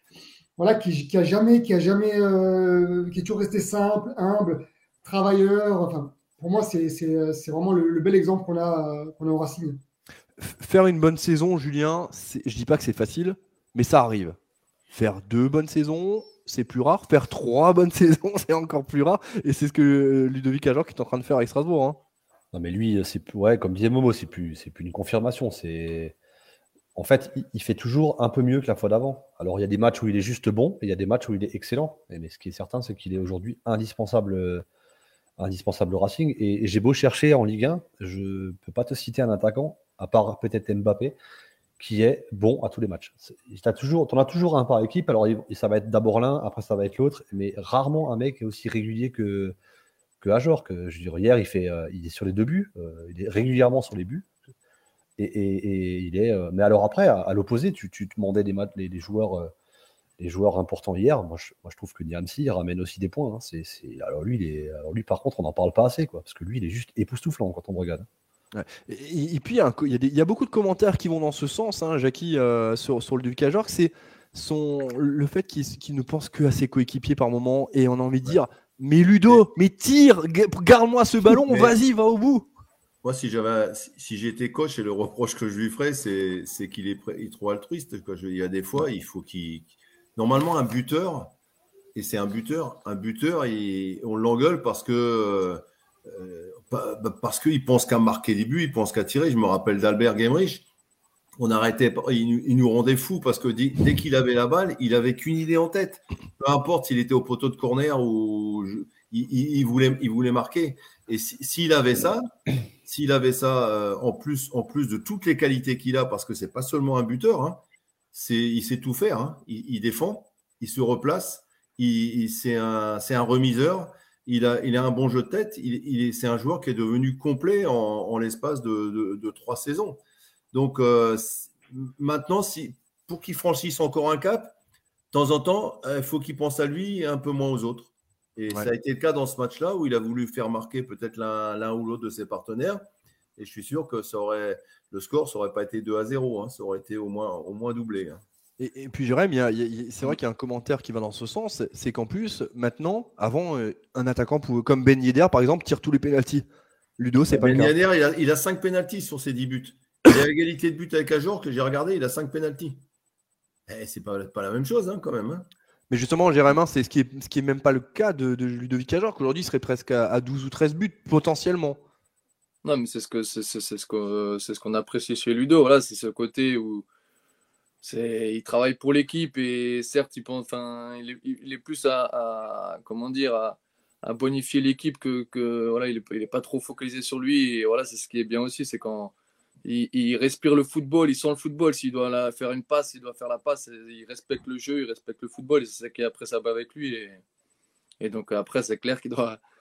a jamais, qui est toujours resté simple, humble, travailleur. Enfin, pour moi, c'est vraiment le bel exemple qu'on a au Racing. Faire une bonne saison, Julien, je dis pas que c'est facile, mais ça arrive. Faire 2 bonnes saisons, c'est plus rare. Faire 3 bonnes saisons, c'est encore plus rare. Et c'est ce que Ludovic Ajor est en train de faire avec Strasbourg. Hein. Non, mais lui, ouais, comme disait Momo, c'est plus une confirmation. En fait, il fait toujours un peu mieux que la fois d'avant. Alors, il y a des matchs où il est juste bon et il y a des matchs où il est excellent. Mais ce qui est certain, c'est qu'il est aujourd'hui indispensable au Racing. Et j'ai beau chercher en Ligue 1, je ne peux pas te citer un attaquant, à part peut-être Mbappé, qui est bon à tous les matchs. Tu en as toujours un par équipe. Alors, ça va être d'abord l'un, après ça va être l'autre. Mais rarement un mec est aussi régulier que Ajor. Je veux dire, hier, il est sur les 2 buts. Il est régulièrement sur les buts. Et il est. Mais alors après, à l'opposé, tu te demandais les joueurs importants hier. Moi, je trouve que Niamsi ramène aussi des points. Hein. Alors lui, par contre, on n'en parle pas assez, quoi, parce que lui, il est juste époustouflant quand on regarde. Ouais. Et puis, il y a beaucoup de commentaires qui vont dans ce sens, hein, Jackie, sur le Ludovic Ajor, c'est le fait qu'il ne pense que à ses coéquipiers par moment, et on a envie de dire, mais Ludo, mais tire, garde-moi ce ballon, vas-y, va au bout. Moi, si j'étais coach, et le reproche que je lui ferais, c'est qu'il est trop altruiste. Quoi. Il y a des fois, il faut qu'il. Normalement, un buteur, et c'est un buteur, on l'engueule parce qu'il pense qu'à marquer des buts, il pense qu'à tirer. Je me rappelle d'Albert Gemrich. On arrêtait, il nous rendait fous parce que dès qu'il avait la balle, il avait qu'une idée en tête. Peu importe s'il était au poteau de corner ou il voulait marquer. Et s'il avait ça, en plus de toutes les qualités qu'il a, parce que c'est pas seulement un buteur, hein, il sait tout faire. Hein. Il défend, il se replace, c'est un remiseur. Il a un bon jeu de tête. C'est un joueur qui est devenu complet en l'espace de 3 saisons. Donc maintenant, pour qu'il franchisse encore un cap, de temps en temps, il faut qu'il pense à lui et un peu moins aux autres. Et ça a été le cas dans ce match-là où il a voulu faire marquer peut-être l'un ou l'autre de ses partenaires. Et je suis sûr que le score, ça n'aurait pas été 2-0. Hein, ça aurait été au moins doublé. Hein. Et puis Jérém, c'est vrai qu'il y a un commentaire qui va dans ce sens, c'est qu'en plus, maintenant, avant, un attaquant comme Ben Yedder, par exemple, tire tous les pénaltys. Ludo, c'est pas le cas. Ben Yedder, il a 5 pénaltys sur ses 10 buts. Il a égalité de buts avec Ajor, que j'ai regardé, il a 5 pénaltys. C'est pas la même chose, hein, quand même. Hein. Mais justement, Jérémy, c'est ce qui est même pas le cas de Ludovic Ajor, qu'aujourd'hui il serait presque à 12 ou 13 buts potentiellement. Non, mais c'est ce qu'on apprécie chez Ludo. Voilà, c'est ce côté où il travaille pour l'équipe et certes, il est plus comment dire, à bonifier l'équipe que voilà, il est pas trop focalisé sur lui. Et voilà, c'est ce qui est bien aussi, c'est quand il respire le football, il sent le football. S'il doit faire une passe, il doit faire la passe. Il respecte le jeu, il respecte le football. Et c'est ça qui après ça va avec lui. Et donc après, c'est clair qu'il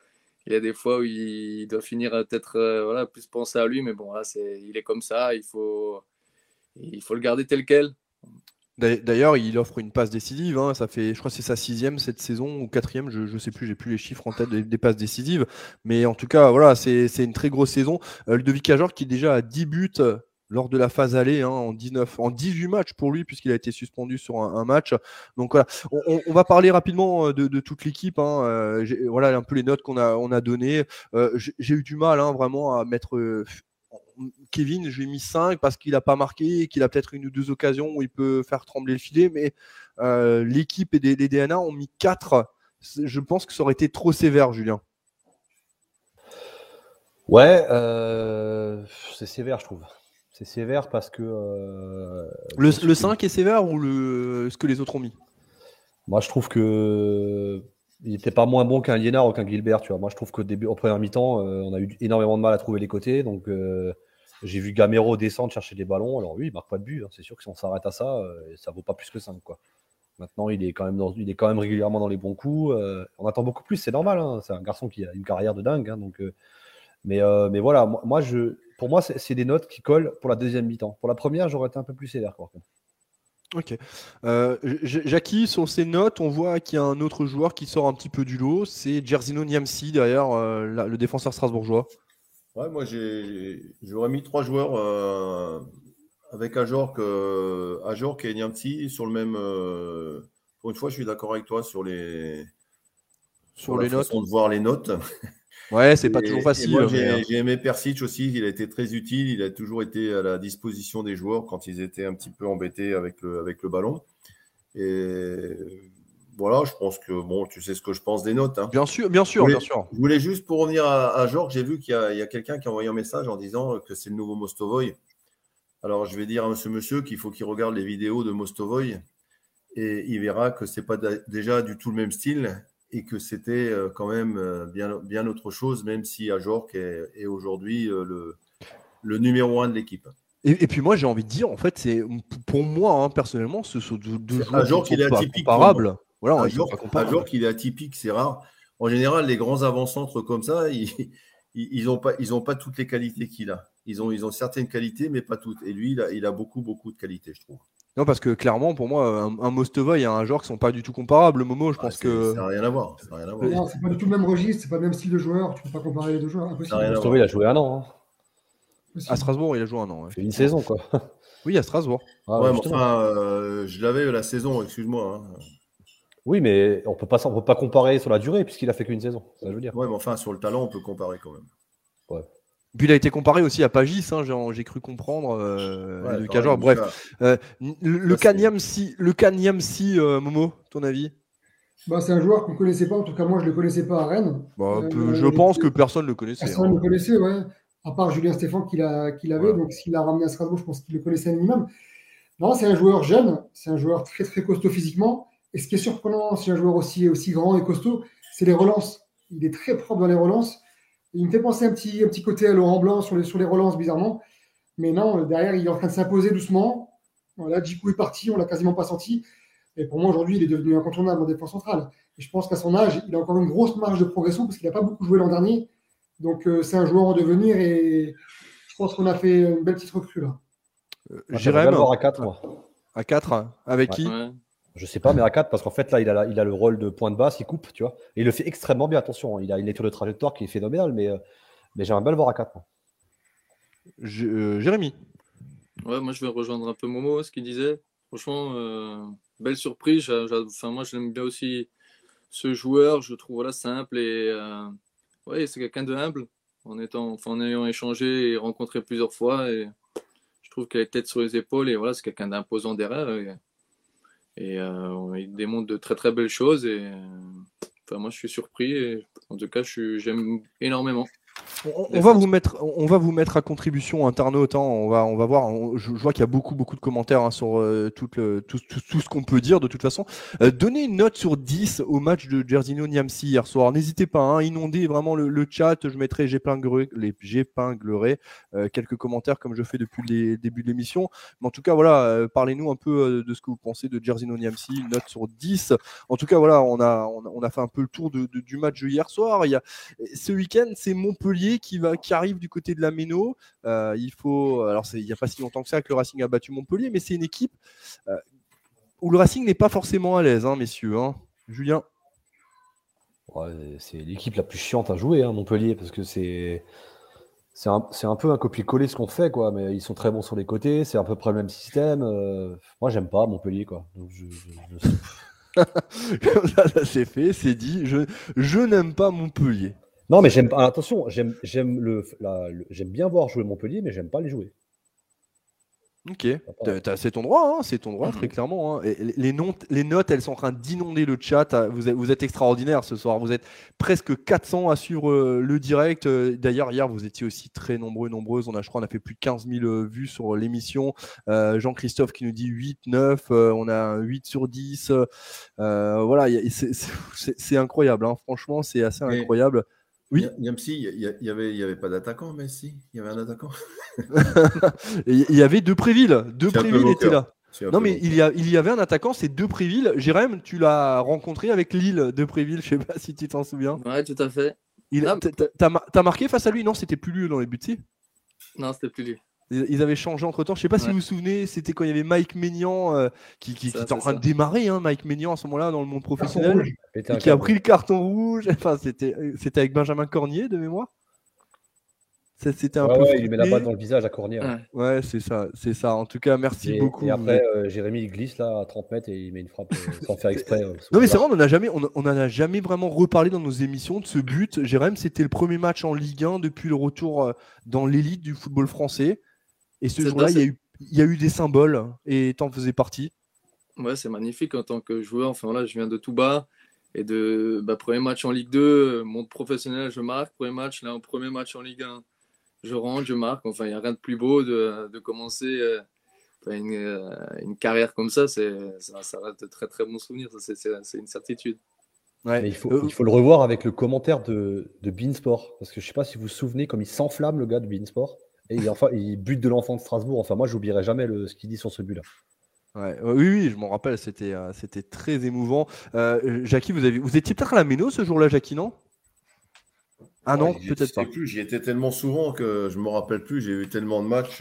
Il y a des fois où il doit finir à peut-être voilà, plus penser à lui, mais bon, là, il est comme ça, il faut le garder tel quel. D'ailleurs, il offre une passe décisive. Hein, ça fait, je crois que c'est sa 6e cette saison ou 4e, je ne sais plus, j'ai plus les chiffres en tête des passes décisives. Mais en tout cas, voilà, c'est une très grosse saison. Ludovic Ajor qui est déjà à 10 buts lors de la phase aller hein, en 18 matchs pour lui, puisqu'il a été suspendu sur un match. Donc voilà, on va parler rapidement de toute l'équipe. Hein. Voilà un peu les notes on a données. J'ai eu du mal hein, vraiment à mettre. Kevin, je lui ai mis 5 parce qu'il n'a pas marqué et qu'il a peut-être une ou deux occasions où il peut faire trembler le filet, mais l'équipe et les DNA ont mis 4. Je pense que ça aurait été trop sévère, Julien. Ouais, c'est sévère, je trouve. C'est sévère parce que. Le 5 est sévère ou ce que les autres ont mis? Moi, je trouve que. Il n'était pas moins bon qu'un Liénard ou qu'un Gilbert, tu vois. Moi, je trouve qu'au début, en première mi-temps, on a eu énormément de mal à trouver les côtés. Donc, j'ai vu Gamero descendre chercher des ballons. Alors, oui, il marque pas de but. Hein. C'est sûr que si on s'arrête à ça, ça vaut pas plus que 5, quoi. Maintenant, il est quand même régulièrement dans les bons coups. On attend beaucoup plus, c'est normal. Hein. C'est un garçon qui a une carrière de dingue. Hein, donc, mais voilà, pour moi, c'est des notes qui collent pour la deuxième mi-temps. Pour la première, j'aurais été un peu plus sévère, quoi. Ok. Jackie, sur ces notes, on voit qu'il y a un autre joueur qui sort un petit peu du lot. C'est Jerzino Niamsi derrière le défenseur strasbourgeois. Ouais, moi, j'aurais mis 3 joueurs avec Ajorc et Niamsi sur le même. Pour une fois, je suis d'accord avec toi sur la notes. façon de voir les notes. Ouais, c'est pas toujours facile. Moi, j'ai aimé Persic aussi. Il a été très utile. Il a toujours été à la disposition des joueurs quand ils étaient un petit peu embêtés avec le ballon. Et voilà, je pense que bon, tu sais ce que je pense des notes. Hein. Bien sûr, bien sûr, bien sûr. Je voulais juste pour revenir à Georges, j'ai vu qu'il y a quelqu'un qui a envoyé un message en disant que c'est le nouveau Mostovoy. Alors, je vais dire à ce monsieur qu'il faut qu'il regarde les vidéos de Mostovoy et il verra que c'est pas déjà du tout le même style et que c'était quand même bien autre chose, même si Ajorc est aujourd'hui le numéro 1 de l'équipe. Et puis moi, j'ai envie de dire, en fait, c'est pour moi, hein, personnellement, ce sont deux joueurs Ajorc, qui sont pas comparables. Voilà, Ajorc, il est atypique, c'est rare. En général, les grands avant-centres comme ça, ils ont pas toutes les qualités qu'il a. Ils ont certaines qualités, mais pas toutes. Et lui, il a beaucoup de qualités, je trouve. Non, parce que clairement, pour moi, un Mostovoy et un joueur qui sont pas du tout comparables. Momo, je pense que. Ça n'a rien à voir. Non, c'est pas du tout le même registre, c'est pas le même style de joueur. Tu peux pas comparer les deux joueurs, impossible. Mostovoy, il a joué un an. Hein. À Strasbourg, il a joué un an. Ouais. C'est une saison, quoi. Oui, à Strasbourg. Ah, ouais, mais enfin, je l'avais la saison, excuse-moi. Hein. Oui, mais on peut pas comparer sur la durée puisqu'il a fait qu'une saison. Ça, je veux dire. Ouais, mais enfin, sur le talent, on peut comparer quand même. Ouais. Puis il a été comparé aussi à Pagis, hein, j'ai cru comprendre. Le Cajor. Bref, le Kanyamsi, Momo, ton avis? Bah, c'est un joueur qu'on ne connaissait pas, en tout cas moi je ne le connaissais pas à Rennes. Je pense que personne ne le connaissait. Personne ne le connaissait, ouais. À part Julien Stéphan qui l'avait, voilà. Donc s'il l'a ramené à Strasbourg, je pense qu'il le connaissait un minimum. Non, c'est un joueur jeune, c'est un joueur très très costaud physiquement. Et ce qui est surprenant, c'est un joueur aussi grand et costaud, c'est les relances. Il est très propre dans les relances. Il me fait penser un petit côté à Laurent Blanc sur les relances, bizarrement. Mais non, derrière, il est en train de s'imposer doucement. Voilà, Djikou est parti, on ne l'a quasiment pas senti. Et pour moi, aujourd'hui, il est devenu incontournable en défense centrale. Et je pense qu'à son âge, il a encore une grosse marge de progression parce qu'il n'a pas beaucoup joué l'an dernier. Donc, c'est un joueur en devenir et je pense qu'on a fait une belle petite recrue là. Jérém, voir à 4, moi. À 4 avec qui Je sais pas, mais à 4, parce qu'en fait, là, il a le rôle de point de basse, il coupe, tu vois. Et il le fait extrêmement bien, attention. Il a une lecture de trajectoire qui est phénoménale, mais j'aimerais bien le voir à 4. Jérémy. Ouais, moi, je vais rejoindre un peu Momo, ce qu'il disait. Franchement, belle surprise. Moi, j'aime bien aussi ce joueur. Je le trouve voilà, simple et ouais, c'est quelqu'un de humble en ayant échangé et rencontré plusieurs fois. Et je trouve qu'il a la tête sur les épaules et voilà, c'est quelqu'un d'imposant derrière. Et il démontre de très très belles choses. Et moi, je suis surpris. Et en tout cas, j'aime énormément. On va vous mettre à contribution, internaute. Hein. On va voir. Je vois qu'il y a beaucoup de commentaires hein, sur tout ce qu'on peut dire de toute façon. Donnez une note sur 10 au match de Jairzinho Niamsi hier soir. N'hésitez pas, hein, inondez vraiment le chat. J'épinglerai quelques commentaires comme je fais depuis les débuts de l'émission. Mais en tout cas, voilà, parlez-nous un peu de ce que vous pensez de Jairzinho Niamsi. Une note sur 10. En tout cas, voilà, on a fait un peu le tour du match de hier soir. Ce week-end, c'est Montpellier qui arrive du côté de la Méno. Il n'y a pas si longtemps que ça que le Racing a battu Montpellier, mais c'est une équipe où le Racing n'est pas forcément à l'aise, hein, messieurs. Hein. Julien? Ouais, c'est l'équipe la plus chiante à jouer, hein, Montpellier, parce que c'est un peu un copier-coller ce qu'on fait, quoi. Mais ils sont très bons sur les côtés, c'est à peu près le même système. Moi, j'aime pas Montpellier, quoi. Donc, ça c'est fait, c'est dit. Je n'aime pas Montpellier. Non, mais j'aime. Attention, j'aime bien voir jouer Montpellier, mais j'aime pas les jouer. Ok, c'est ton droit, hein, très clairement. Hein. Et les notes, elles sont en train d'inonder le chat. Vous êtes extraordinaires ce soir. Vous êtes presque 400 à suivre le direct. D'ailleurs, hier, vous étiez aussi très nombreuses. Je crois qu'on a fait plus de 15 000 vues sur l'émission. Jean-Christophe qui nous dit 8, 9. On a un 8 sur 10. Voilà, c'est incroyable. Hein. Franchement, c'est assez incroyable. Oui. Niamsi, il y avait pas d'attaquant, mais si, il y avait un attaquant. Il y avait Depréville. Depréville était là. Non, mais il y avait un attaquant, c'est Depréville. Jérém, tu l'as rencontré avec Lille, Depréville, je sais pas si tu t'en souviens. Ouais, tout à fait. T'as marqué face à lui? Non, c'était plus lui dans les buts, si? Non, c'était plus lui. Ils avaient changé entre temps. Je sais pas si vous vous souvenez, c'était quand il y avait Mike Maignan qui était en train de démarrer, hein, Mike Maignan à ce moment-là dans le monde professionnel, et qui a pris le carton rouge. Enfin, c'était avec Benjamin Cornier de mémoire. C'était un peu. Ouais, il met la balle dans le visage à Cornier. Ouais, c'est ça. En tout cas, merci beaucoup. Et après, Jérémy il glisse là à 30 mètres et il met une frappe sans faire exprès. Non, mais c'est vrai, on n'en a jamais vraiment reparlé dans nos émissions de ce but. Jérém, c'était le premier match en Ligue 1 depuis le retour dans l'élite du football français. Et ce jour-là, il y a eu des symboles et t'en faisais partie. Ouais, c'est magnifique en tant que joueur. Enfin là, je viens de tout bas. Et premier match en Ligue 2, monde professionnel, je marque. Premier match en Ligue 1, je rentre, je marque. Enfin, il n'y a rien de plus beau de commencer une carrière comme ça. Ça reste de très, très bons souvenirs. C'est une certitude. Ouais. Mais il faut le revoir avec le commentaire de Beansport. Parce que je ne sais pas si vous vous souvenez, comme il s'enflamme, le gars de Beansport. Et il bute de l'enfant de Strasbourg. Enfin, moi, je n'oublierai jamais ce qu'il dit sur ce but-là. Ouais, oui, je m'en rappelle, c'était très émouvant. Jackie, vous étiez peut-être à la Méno ce jour-là, Jackie, non? Ah non, peut-être pas. J'y étais tellement souvent que je ne me rappelle plus. J'ai eu tellement de matchs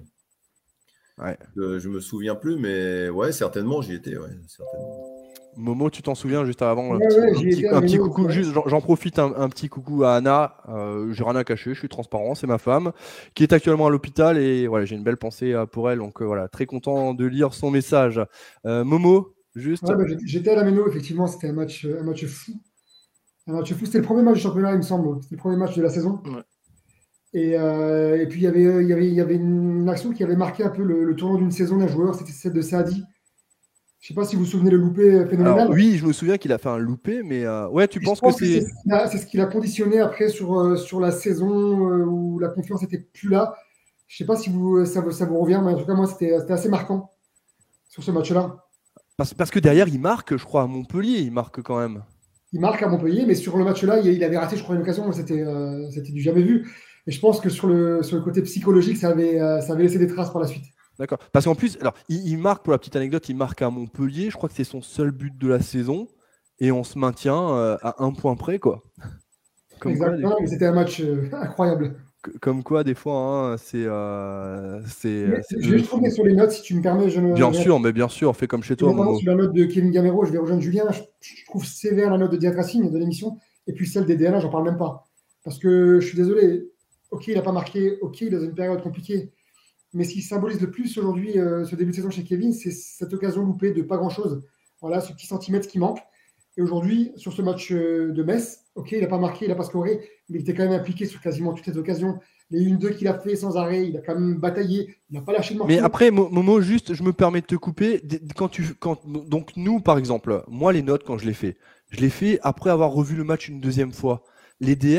que je ne me souviens plus. Mais ouais, certainement, j'y étais. Ouais, certainement. Momo, tu t'en souviens juste avant? Un petit coucou, juste, j'en profite, un petit coucou à Anna. J'ai rien à cacher, je suis transparent, c'est ma femme qui est actuellement à l'hôpital et voilà, j'ai une belle pensée pour elle. Donc voilà, très content de lire son message. Momo, juste. Ouais, j'étais à la Méno, effectivement, c'était un match fou. Un match fou, c'était le premier match du championnat, il me semble. C'était le premier match de la saison. Ouais. Et puis il y avait une action qui avait marqué un peu le tournant d'une saison d'un joueur, c'était celle de Saadi. Je ne sais pas si vous vous souvenez le loupé phénoménal. Alors, oui, je me souviens qu'il a fait un loupé, mais ouais, tu penses que c'est ce qu'il a conditionné après sur la saison où la confiance n'était plus là. Je ne sais pas si ça vous revient, mais en tout cas, moi, c'était assez marquant sur ce match-là. Parce que derrière, il marque, je crois, à Montpellier, il marque quand même. Il marque à Montpellier, mais sur le match-là, il avait raté, je crois, une occasion, c'était du jamais vu. Et je pense que sur le côté psychologique, ça avait laissé des traces par la suite. D'accord. Parce qu'en plus, alors, il marque, pour la petite anecdote, il marque à Montpellier. Je crois que c'est son seul but de la saison. Et on se maintient à 1 point près, quoi. Exactement, mais c'était un match incroyable. Comme quoi, des fois, hein, c'est. Je vais juste revenir sur les notes, si tu me permets. Bien sûr, fais comme chez toi. Sur la note de Kevin Gamero, je vais rejoindre Julien. Je trouve sévère la note de Diat Racing de l'émission. Et puis celle des DNA, j'en parle même pas. Parce que je suis désolé. Ok, il n'a pas marqué. Ok, il est dans une période compliquée. Mais ce qui symbolise le plus aujourd'hui ce début de saison chez Kevin, c'est cette occasion loupée de pas grand-chose. Voilà, ce petit centimètre qui manque. Et aujourd'hui, sur ce match de Metz, ok, il n'a pas marqué, il n'a pas scoré, mais il était quand même impliqué sur quasiment toutes les occasions. Les 1-2 qu'il a fait sans arrêt, il a quand même bataillé, il n'a pas lâché le morceau. Mais après, Momo, juste, je me permets de te couper. Donc nous, par exemple, moi, les notes, quand je les fais après avoir revu le match une deuxième fois. Les DN,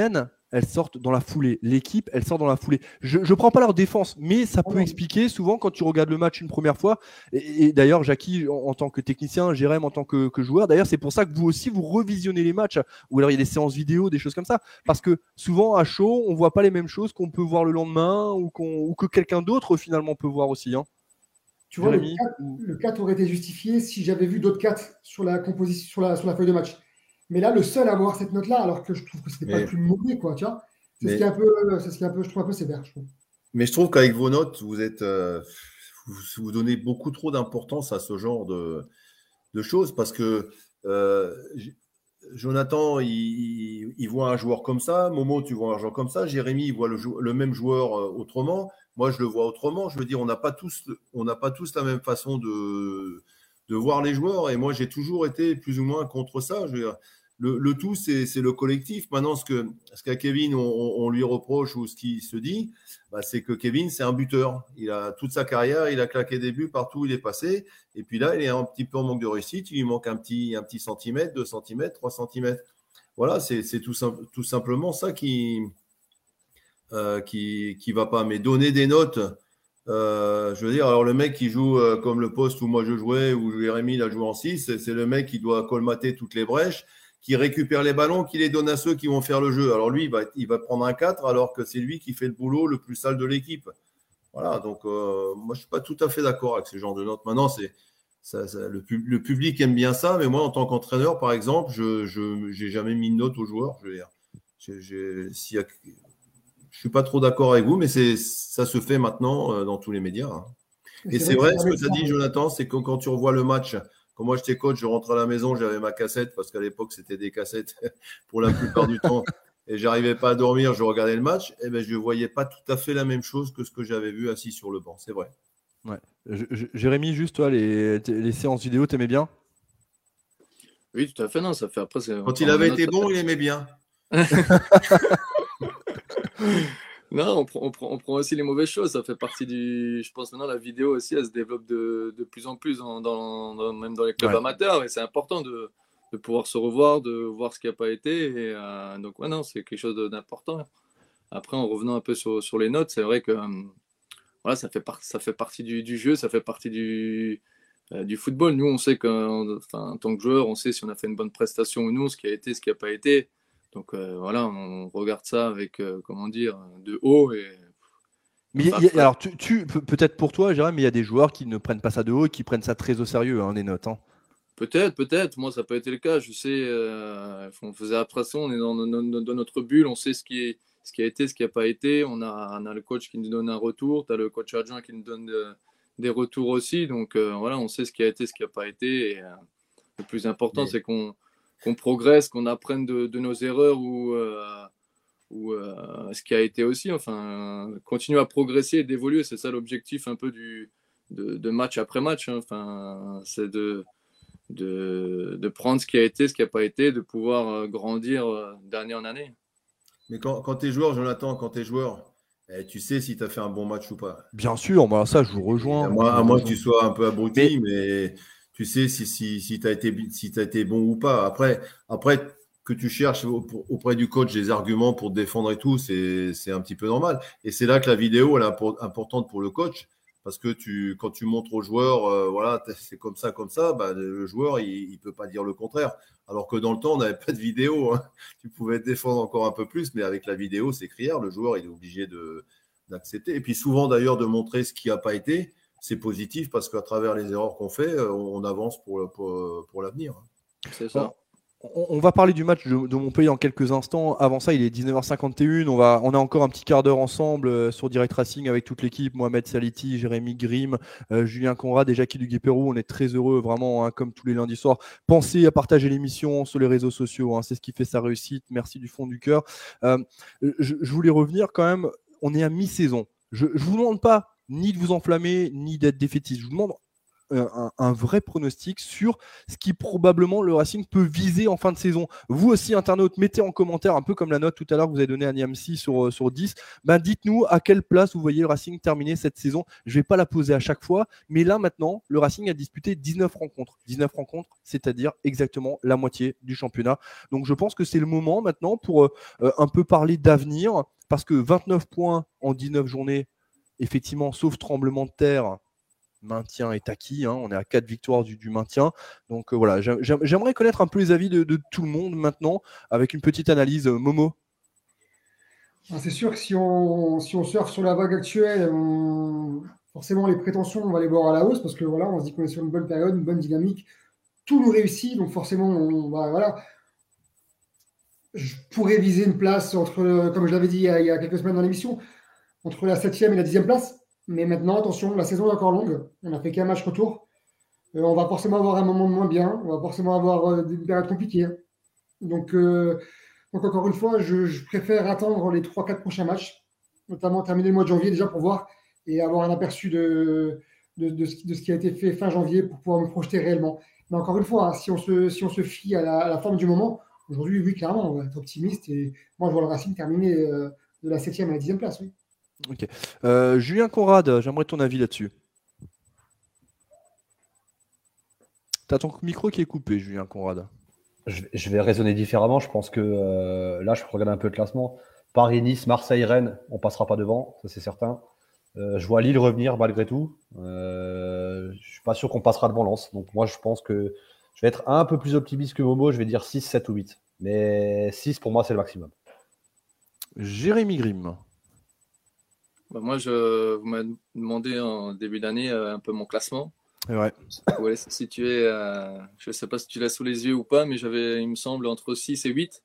elles sortent dans la foulée. L'équipe, elle sort dans la foulée. Je ne prends pas leur défense, mais ça peut expliquer souvent quand tu regardes le match une première fois. Et d'ailleurs, Jackie, en tant que technicien, Jérém en tant que joueur, d'ailleurs, c'est pour ça que vous aussi, vous revisionnez les matchs. Ou alors, il y a des séances vidéo, des choses comme ça. Parce que souvent, à chaud, on ne voit pas les mêmes choses qu'on peut voir le lendemain ou que quelqu'un d'autre, finalement, peut voir aussi. Hein. Tu vois, Jérémy, le 4 aurait été justifié si j'avais vu d'autres 4 sur la composition, sur la feuille de match. Mais là, le seul à avoir cette note-là, alors que je trouve que c'était pas le plus mauvais, quoi, tu vois. C'est ce qui est un peu, je trouve un peu sévère, je trouve. Mais je trouve qu'avec vos notes, vous donnez beaucoup trop d'importance à ce genre de choses parce que Jonathan, il voit un joueur comme ça. Momo, tu vois un joueur comme ça. Jérémy, il voit le même joueur autrement. Moi, je le vois autrement. Je veux dire, on n'a pas tous la même façon de voir les joueurs. Et moi, j'ai toujours été plus ou moins contre ça. Je veux dire, le tout, c'est le collectif. Maintenant, ce qu'à Kevin, on lui reproche ou ce qui se dit, c'est que Kevin, c'est un buteur. Il a toute sa carrière, il a claqué des buts partout où il est passé. Et puis là, il est un petit peu en manque de réussite. Il lui manque un petit centimètre, 2 centimètres, 3 centimètres. Voilà, c'est tout simplement ça qui va pas. Mais donner des notes, je veux dire, alors le mec qui joue comme le poste où moi je jouais, où Jérémy il a joué en 6, c'est le mec qui doit colmater toutes les brèches, qui récupère les ballons, qui les donne à ceux qui vont faire le jeu. Alors lui, il va prendre un 4 alors que c'est lui qui fait le boulot le plus sale de l'équipe. Voilà, donc moi je ne suis pas tout à fait d'accord avec ce genre de notes. Maintenant, le public aime bien ça, mais moi en tant qu'entraîneur, par exemple, je n'ai jamais mis de note aux joueurs. Je veux dire, je ne suis pas trop d'accord avec vous, mais ça se fait maintenant dans tous les médias. Hein. Et c'est vrai, ce que tu as dit, Jonathan, c'est que quand tu revois le match, quand moi j'étais coach, je rentrais à la maison, j'avais ma cassette, parce qu'à l'époque c'était des cassettes pour la plupart du temps, et j'arrivais pas à dormir, je regardais le match, et ben je voyais pas tout à fait la même chose que ce que j'avais vu assis sur le banc, c'est vrai. Ouais. Jérémy, juste toi, les séances vidéo, t'aimais bien? Oui, tout à fait, non, ça fait après. Quand il avait été bon, il aimait bien. Non, on prend aussi les mauvaises choses. Ça fait partie du. Je pense maintenant la vidéo aussi, elle se développe de plus en plus même dans les clubs amateurs. Et c'est important de pouvoir se revoir, de voir ce qui n'a pas été. Et, donc, ouais, non, c'est quelque chose d'important. Après, en revenant un peu sur les notes, c'est vrai que voilà, ça fait partie du jeu, ça fait partie du football. Nous, on sait en tant que joueur, on sait si on a fait une bonne prestation ou non, ce qui a été, ce qui n'a pas été. Donc voilà, on regarde ça avec, comment dire, de haut. Mais alors, peut-être pour toi, Jérôme, mais il y a des joueurs qui ne prennent pas ça de haut et qui prennent ça très au sérieux, hein, des notes. Hein. Peut-être. Moi, ça n'a pas été le cas. Je sais, on faisait après ça, on est dans notre bulle, on sait ce qui a été, ce qui n'a pas été. On a le coach qui nous donne un retour, tu as le coach adjoint qui nous donne des retours aussi. Donc voilà, on sait ce qui a été, ce qui n'a pas été. Et le plus important, c'est qu'on progresse, qu'on apprenne de nos erreurs ou ce qui a été aussi. Enfin, continuer à progresser et d'évoluer, c'est ça l'objectif un peu de match après match. Hein. Enfin, c'est de prendre ce qui a été, ce qui n'a pas été, de pouvoir grandir d'année en année. Mais quand tu es joueur, Jonathan, tu sais si tu as fait un bon match ou pas. Bien sûr, moi, ça, je vous rejoins. À moins que tu sois un peu abruti, mais tu sais si tu as été bon ou pas. Après que tu cherches auprès du coach des arguments pour te défendre et tout, c'est un petit peu normal. Et c'est là que la vidéo, elle est importante pour le coach. Parce que quand tu montres au joueur, voilà, c'est comme ça, le joueur, il ne peut pas dire le contraire. Alors que dans le temps, on n'avait pas de vidéo. Hein. Tu pouvais te défendre encore un peu plus, mais avec la vidéo, c'est criard. Le joueur, il est obligé d'accepter. Et puis souvent, d'ailleurs, de montrer ce qui n'a pas été, c'est positif parce qu'à travers les erreurs qu'on fait, on avance pour l'avenir. C'est ça. Bon. On va parler du match de Montpellier en quelques instants. Avant ça, il est 19h51. On a encore un petit quart d'heure ensemble sur Direct Racing avec toute l'équipe. Mohamed Saliti, Jérémy Grimm, Julien Conrad et Jackie Duguay-Pérou. On est très heureux, vraiment, hein, comme tous les lundis soirs. Pensez à partager l'émission sur les réseaux sociaux. Hein, c'est ce qui fait sa réussite. Merci du fond du cœur. Je voulais revenir quand même. On est à mi-saison. Je ne vous demande pas ni de vous enflammer, ni d'être défaitiste. Je vous demande un vrai pronostic sur ce qui probablement le Racing peut viser en fin de saison. Vous aussi, internautes, mettez en commentaire, un peu comme la note tout à l'heure que vous avez donnée à Niamsi sur 10, dites-nous à quelle place vous voyez le Racing terminer cette saison. Je ne vais pas la poser à chaque fois, mais là maintenant, le Racing a disputé 19 rencontres. 19 rencontres, c'est-à-dire exactement la moitié du championnat. Donc je pense que c'est le moment maintenant pour un peu parler d'avenir, parce que 29 points en 19 journées, effectivement, sauf tremblement de terre, maintien est acquis, hein, on est à 4 victoires du maintien. Donc voilà, j'aimerais connaître un peu les avis de tout le monde maintenant, avec une petite analyse. Momo. C'est sûr que si on surfe sur la vague actuelle, forcément les prétentions, on va les voir à la hausse parce que voilà, on se dit qu'on est sur une bonne période, une bonne dynamique. Tout nous réussit, donc forcément, voilà. Je pourrais viser une place entre, comme je l'avais dit il y a quelques semaines dans l'émission, entre la 7e et la 10e place. Mais maintenant, attention, la saison est encore longue. On n'a fait qu'un match retour. On va forcément avoir un moment de moins bien. On va forcément avoir des périodes compliquées. Donc encore une fois, je préfère attendre les 3-4 prochains matchs, notamment terminer le mois de janvier déjà pour voir et avoir un aperçu de ce qui a été fait fin janvier pour pouvoir me projeter réellement. Mais encore une fois, hein, si on se fie à la forme du moment, aujourd'hui, oui, clairement, on va être optimiste. Et moi, je vois le Racing terminer de la 7e à la 10e place. Oui. Ok. Julien Conrad, j'aimerais ton avis là-dessus. Tu as ton micro qui est coupé, Julien Conrad. Je vais raisonner différemment. Je pense que là, je regarde un peu le classement. Paris, Nice, Marseille, Rennes, on passera pas devant, ça c'est certain. Je vois Lille revenir malgré tout. Je suis pas sûr qu'on passera devant Lens. Donc moi, je pense que je vais être un peu plus optimiste que Momo. Je vais dire 6, 7 ou 8. Mais 6, pour moi, c'est le maximum. Jérémy Grimm. Moi, vous m'avez demandé en début d'année un peu mon classement. Ouais. Où elle se situait, je ne sais pas si tu l'as sous les yeux ou pas, mais j'avais, il me semble, entre 6 et 8.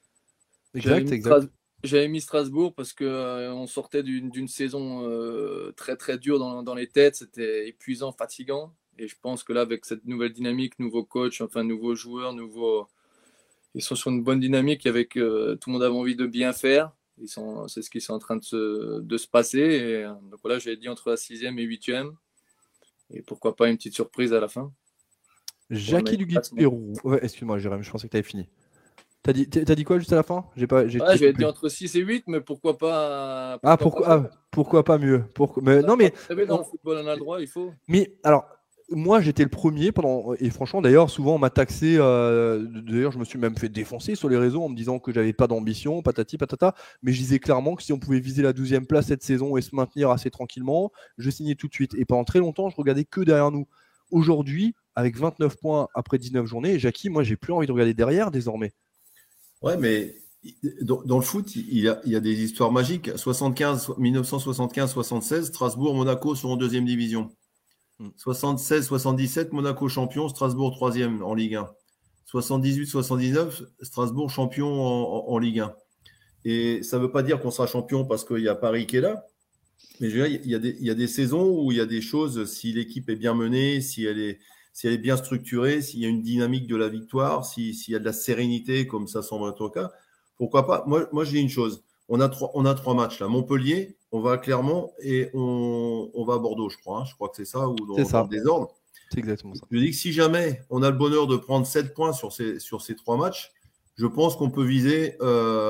Exact. J'avais mis Strasbourg parce qu'on sortait d'une saison très très dure dans les têtes. C'était épuisant, fatigant. Et je pense que là, avec cette nouvelle dynamique, nouveau coach, enfin nouveaux joueurs, ils sont sur une bonne dynamique avec tout le monde a envie de bien faire. C'est ce qui est en train de se passer. Et, donc voilà, j'avais dit entre la 6e et 8e. Et pourquoi pas une petite surprise à la fin. Jackie Duguay-Pérou. Ouais, excuse-moi, Jérémy, je pensais que tu avais fini. T'as dit quoi juste à la fin? J'avais dit entre 6 et 8, mais pourquoi pas. Pourquoi pas mieux? Non, mais. Dans le football, on a le droit, il faut. Mais alors, moi, j'étais le premier et franchement, d'ailleurs, souvent, on m'a taxé. D'ailleurs, je me suis même fait défoncer sur les réseaux en me disant que j'avais pas d'ambition, patati patata. Mais je disais clairement que si on pouvait viser la 12e place cette saison et se maintenir assez tranquillement, je signais tout de suite. Et pendant très longtemps, je regardais que derrière nous. Aujourd'hui, avec 29 points après 19 journées, Jackie, moi, j'ai plus envie de regarder derrière désormais. Ouais, mais dans le foot, il y a des histoires magiques. 1975-76, Strasbourg, Monaco sont en 2e division. 76-77, Monaco champion, Strasbourg 3e en Ligue 1. 78-79, Strasbourg champion en Ligue 1. Et ça ne veut pas dire qu'on sera champion parce qu'il y a Paris qui est là. Mais je veux dire, il y a des saisons où il y a des choses, si l'équipe est bien menée, si elle est bien structurée, s'il y a une dynamique de la victoire, s'il y a de la sérénité, comme ça semble être le cas, pourquoi pas. Moi, je dis une chose. On a 3 matchs là. Montpellier, on va à Clermont et on va à Bordeaux, je crois. Je crois que c'est ça, ou dans le désordre. C'est exactement ça. Je dis que si jamais on a le bonheur de prendre 7 points sur ces 3 matchs, je pense qu'on peut viser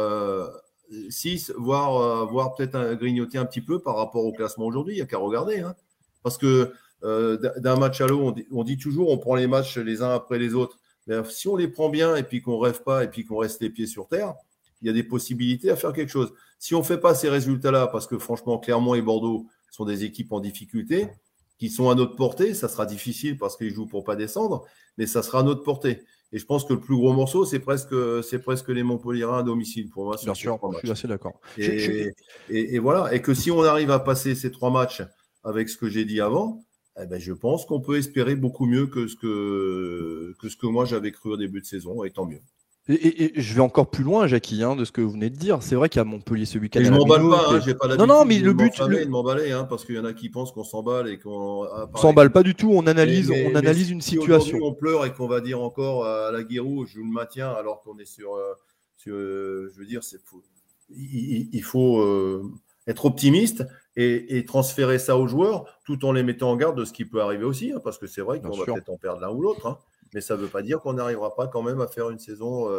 6, voire peut-être grignoter un petit peu par rapport au classement aujourd'hui. Il n'y a qu'à regarder. Hein. Parce que d'un match à l'autre, on dit toujours on prend les matchs les uns après les autres. Mais si on les prend bien et puis qu'on rêve pas et puis qu'on reste les pieds sur terre, il y a des possibilités à faire quelque chose. Si on ne fait pas ces résultats-là, parce que franchement, Clermont et Bordeaux sont des équipes en difficulté, qui sont à notre portée, ça sera difficile parce qu'ils jouent pour pas descendre, mais ça sera à notre portée. Et je pense que le plus gros morceau, c'est presque les Montpelliérains à domicile pour moi. Bien sûr, je suis assez d'accord. Et voilà. Et que si on arrive à passer ces 3 matchs avec ce que j'ai dit avant, eh ben, je pense qu'on peut espérer beaucoup mieux que ce que moi j'avais cru au début de saison, et tant mieux. Et je vais encore plus loin, Jackie, de ce que vous venez de dire. C'est vrai qu'il y a Montpellier ce week-end. Et je m'emballe pas, j'ai pas l'habitude mais le but de m'emballer, parce qu'il y en a qui pensent qu'on s'emballe et qu'on. On s'emballe pas du tout. On analyse une situation. Si on pleure et qu'on va dire encore à la Guérou, je vous le maintiens, alors qu'on est sur je veux dire, c'est faux. Il faut être optimiste et transférer ça aux joueurs tout en les mettant en garde de ce qui peut arriver aussi, hein, parce que c'est vrai qu'on Bien va sûr. peut-être en perdre l'un ou l'autre, hein, mais ça ne veut pas dire qu'on n'arrivera pas quand même à faire une saison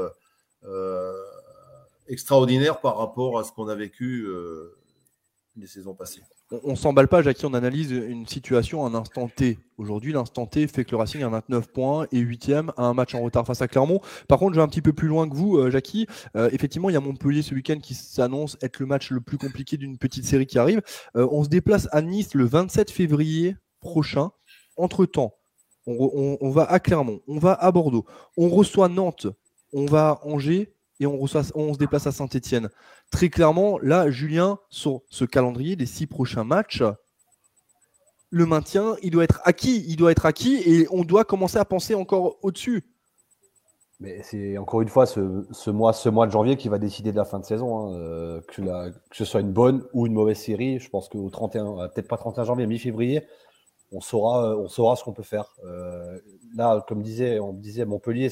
extraordinaire par rapport à ce qu'on a vécu les saisons passées. On s'emballe pas, Jackie, on analyse une situation à un instant T. Aujourd'hui, l'instant T fait que le Racing a 29 points et 8e, a un match en retard face à Clermont. Par contre, je vais un petit peu plus loin que vous, Jackie. Effectivement, il y a Montpellier ce week-end qui s'annonce être le match le plus compliqué d'une petite série qui arrive. On se déplace à Nice le 27 février prochain. Entre-temps, on va à Clermont, on va à Bordeaux, on reçoit Nantes, on va à Angers et on se déplace à Saint-Etienne. Très clairement, là, Julien, sur ce calendrier des 6 prochains matchs, le maintien, il doit être acquis. Il doit être acquis et on doit commencer à penser encore au-dessus. Mais c'est encore une fois ce mois de janvier qui va décider de la fin de saison. Hein. Que ce soit une bonne ou une mauvaise série, je pense qu'au 31, peut-être pas 31 janvier, mi-février, on saura ce qu'on peut faire. Là, comme on disait, Montpellier,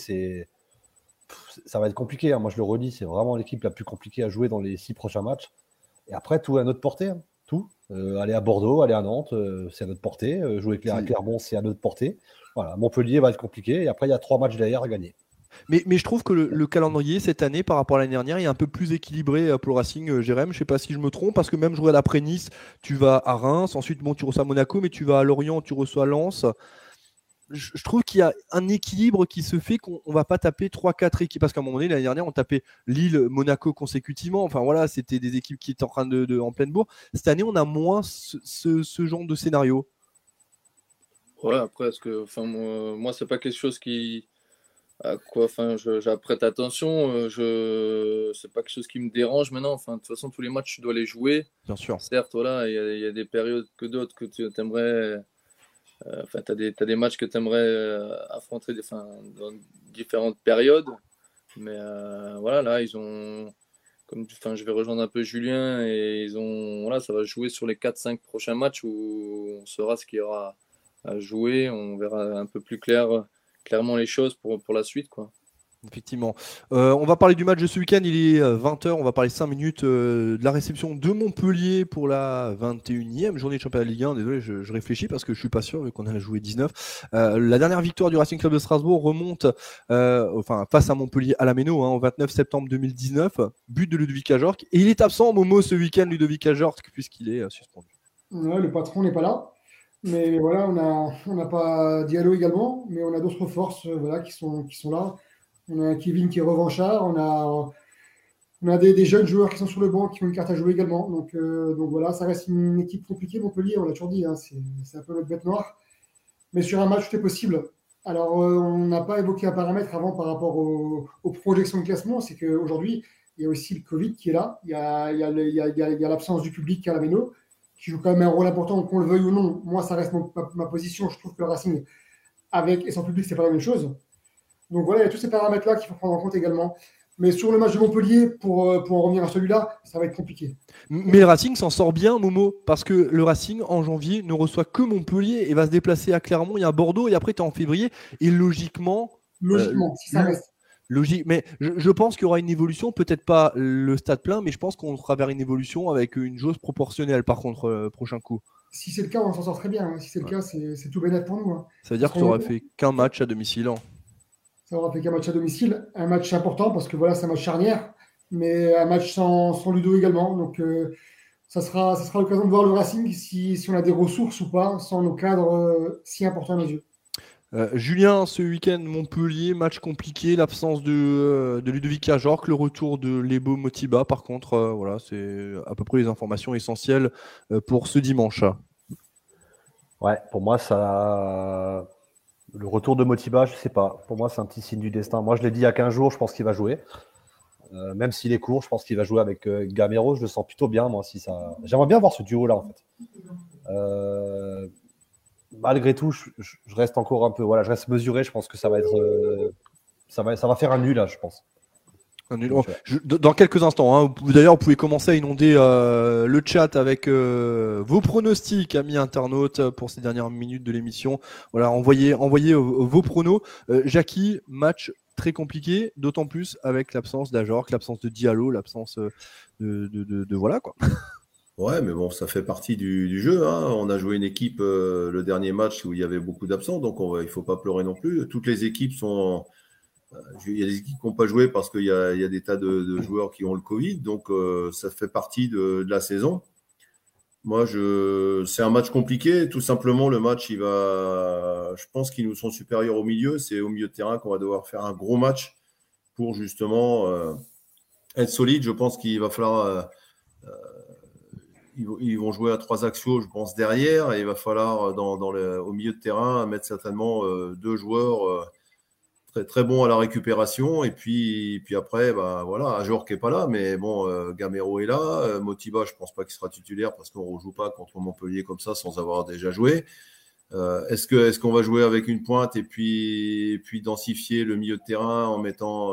ça va être compliqué. Hein. Moi, je le redis, c'est vraiment l'équipe la plus compliquée à jouer dans les 6 prochains matchs. Et après, tout est à notre portée. Hein. Tout. Aller à Bordeaux, aller à Nantes, c'est à notre portée. Jouer à Clermont, c'est à notre portée. Voilà, Montpellier va être compliqué. Et après, il y a 3 matchs derrière à gagner. Mais je trouve que le calendrier cette année par rapport à l'année dernière est un peu plus équilibré pour le Racing, Jérém. Je ne sais pas si je me trompe, parce que même je regarde après Nice, tu vas à Reims, ensuite tu reçois Monaco, mais tu vas à Lorient, tu reçois Lens. Je trouve qu'il y a un équilibre qui se fait qu'on ne va pas taper 3-4 équipes. Parce qu'à un moment donné, l'année dernière, on tapait Lille, Monaco consécutivement. Enfin voilà, c'était des équipes qui étaient en train en pleine bourre. Cette année, on a moins ce genre de scénario. Ouais, après, moi, c'est pas quelque chose à quoi j'apprête attention. C'est pas quelque chose qui me dérange maintenant. Enfin, de toute façon, tous les matchs, tu dois les jouer. Bien sûr. Certes, voilà, il y a des périodes que d'autres que tu aimerais. T'as des matchs que tu aimerais affronter dans différentes périodes. Mais voilà, là, ils ont. Je vais rejoindre un peu Julien et voilà, ça va jouer sur les 4-5 prochains matchs où on saura ce qu'il y aura à jouer. On verra un peu plus clairement les choses pour la suite, quoi. Effectivement. On va parler du match de ce week-end, il est 20h, on va parler 5 minutes de la réception de Montpellier pour la 21e journée de championnat de Ligue 1. Désolé, je réfléchis parce que je suis pas sûr vu qu'on a joué 19. La dernière victoire du Racing Club de Strasbourg remonte face à Montpellier à la Méno au 29 septembre 2019. But de Ludovic Ajorc. Et il est absent, Momo, ce week-end, Ludovic Ajorc, puisqu'il est suspendu. Ouais, le patron n'est pas là. Mais voilà, on n'a pas Diallo également, mais on a d'autres forces qui sont là. On a un Kevin qui est revanchard, on a des jeunes joueurs qui sont sur le banc qui ont une carte à jouer également. Donc voilà, ça reste une équipe compliquée, Montpellier, on l'a toujours dit, hein, c'est un peu notre bête noire. Mais sur un match, tout est possible. Alors, on n'a pas évoqué un paramètre avant par rapport aux projections de classement, c'est qu'aujourd'hui, il y a aussi le Covid qui est là, il y a l'absence du public à la Méno, qui joue quand même un rôle important, qu'on le veuille ou non. Moi, ça reste ma position. Je trouve que le Racing, avec et sans public, c'est pas la même chose. Donc voilà, il y a tous ces paramètres-là qu'il faut prendre en compte également. Mais sur le match de Montpellier, pour en revenir à celui-là, ça va être compliqué. Mais le Racing s'en sort bien, Momo, parce que le Racing, en janvier, ne reçoit que Montpellier et va se déplacer à Clermont, il y a Bordeaux, et après, tu es en février. Et logiquement, si ça reste. Mais je pense qu'il y aura une évolution, peut-être pas le stade plein, mais je pense qu'on sera vers une évolution avec une jauge proportionnelle, par contre, prochain coup. Si c'est le cas, on s'en sort très bien. Hein. Si c'est le cas, c'est tout bénéfice pour nous. Hein. Ça veut dire que tu n'auras fait qu'un match à domicile. Ça aura fait qu'un match à domicile. Un match important parce que voilà, c'est un match charnière, mais un match sans Ludo également. Donc, ça sera l'occasion de voir le Racing si on a des ressources ou pas, sans nos cadres si importants à nos yeux. Julien, ce week-end, Montpellier, match compliqué, l'absence de Ludovic Ajorc, le retour de Lebo Motiba. Par contre, voilà, c'est à peu près les informations essentielles pour ce dimanche. Ouais, pour moi, ça. Le retour de Motiba, je ne sais pas. Pour moi, c'est un petit signe du destin. Moi, je l'ai dit il y a 15 jours, je pense qu'il va jouer. Même s'il est court, je pense qu'il va jouer avec Gamero. Je le sens plutôt bien, moi. J'aimerais bien voir ce duo-là, en fait. Malgré tout, je reste encore un peu. Voilà, je reste mesuré. Je pense que ça va être. Ça va faire un nul, là, je pense. Dans quelques instants, hein, d'ailleurs, vous pouvez commencer à inonder le chat avec vos pronostics, amis internautes, pour ces dernières minutes de l'émission. Voilà, envoyez vos pronos. Jackie, match très compliqué, d'autant plus avec l'absence d'Ajorc, l'absence de Diallo, l'absence de voilà quoi. Ouais, mais bon, ça fait partie du jeu, hein. On a joué une équipe le dernier match où il y avait beaucoup d'absents, donc il ne faut pas pleurer non plus. Toutes les équipes sont. Il y a des équipes qui n'ont pas joué parce qu'il y a des tas de joueurs qui ont le Covid, donc ça fait partie de la saison. Moi, c'est un match compliqué. Tout simplement, le match, je pense qu'ils nous sont supérieurs au milieu. C'est au milieu de terrain qu'on va devoir faire un gros match pour justement être solide. Je pense qu'il va falloir. Ils vont jouer à 3 axiaux, je pense, derrière. Et il va falloir, au milieu de terrain, mettre certainement 2 joueurs très, très bons à la récupération. Et puis après, bah, voilà, un joueur qui n'est pas là. Mais bon, Gamero est là. Motiba, je ne pense pas qu'il sera titulaire parce qu'on ne rejoue pas contre Montpellier comme ça sans avoir déjà joué. Est-ce qu'on va jouer avec une pointe et puis densifier le milieu de terrain en mettant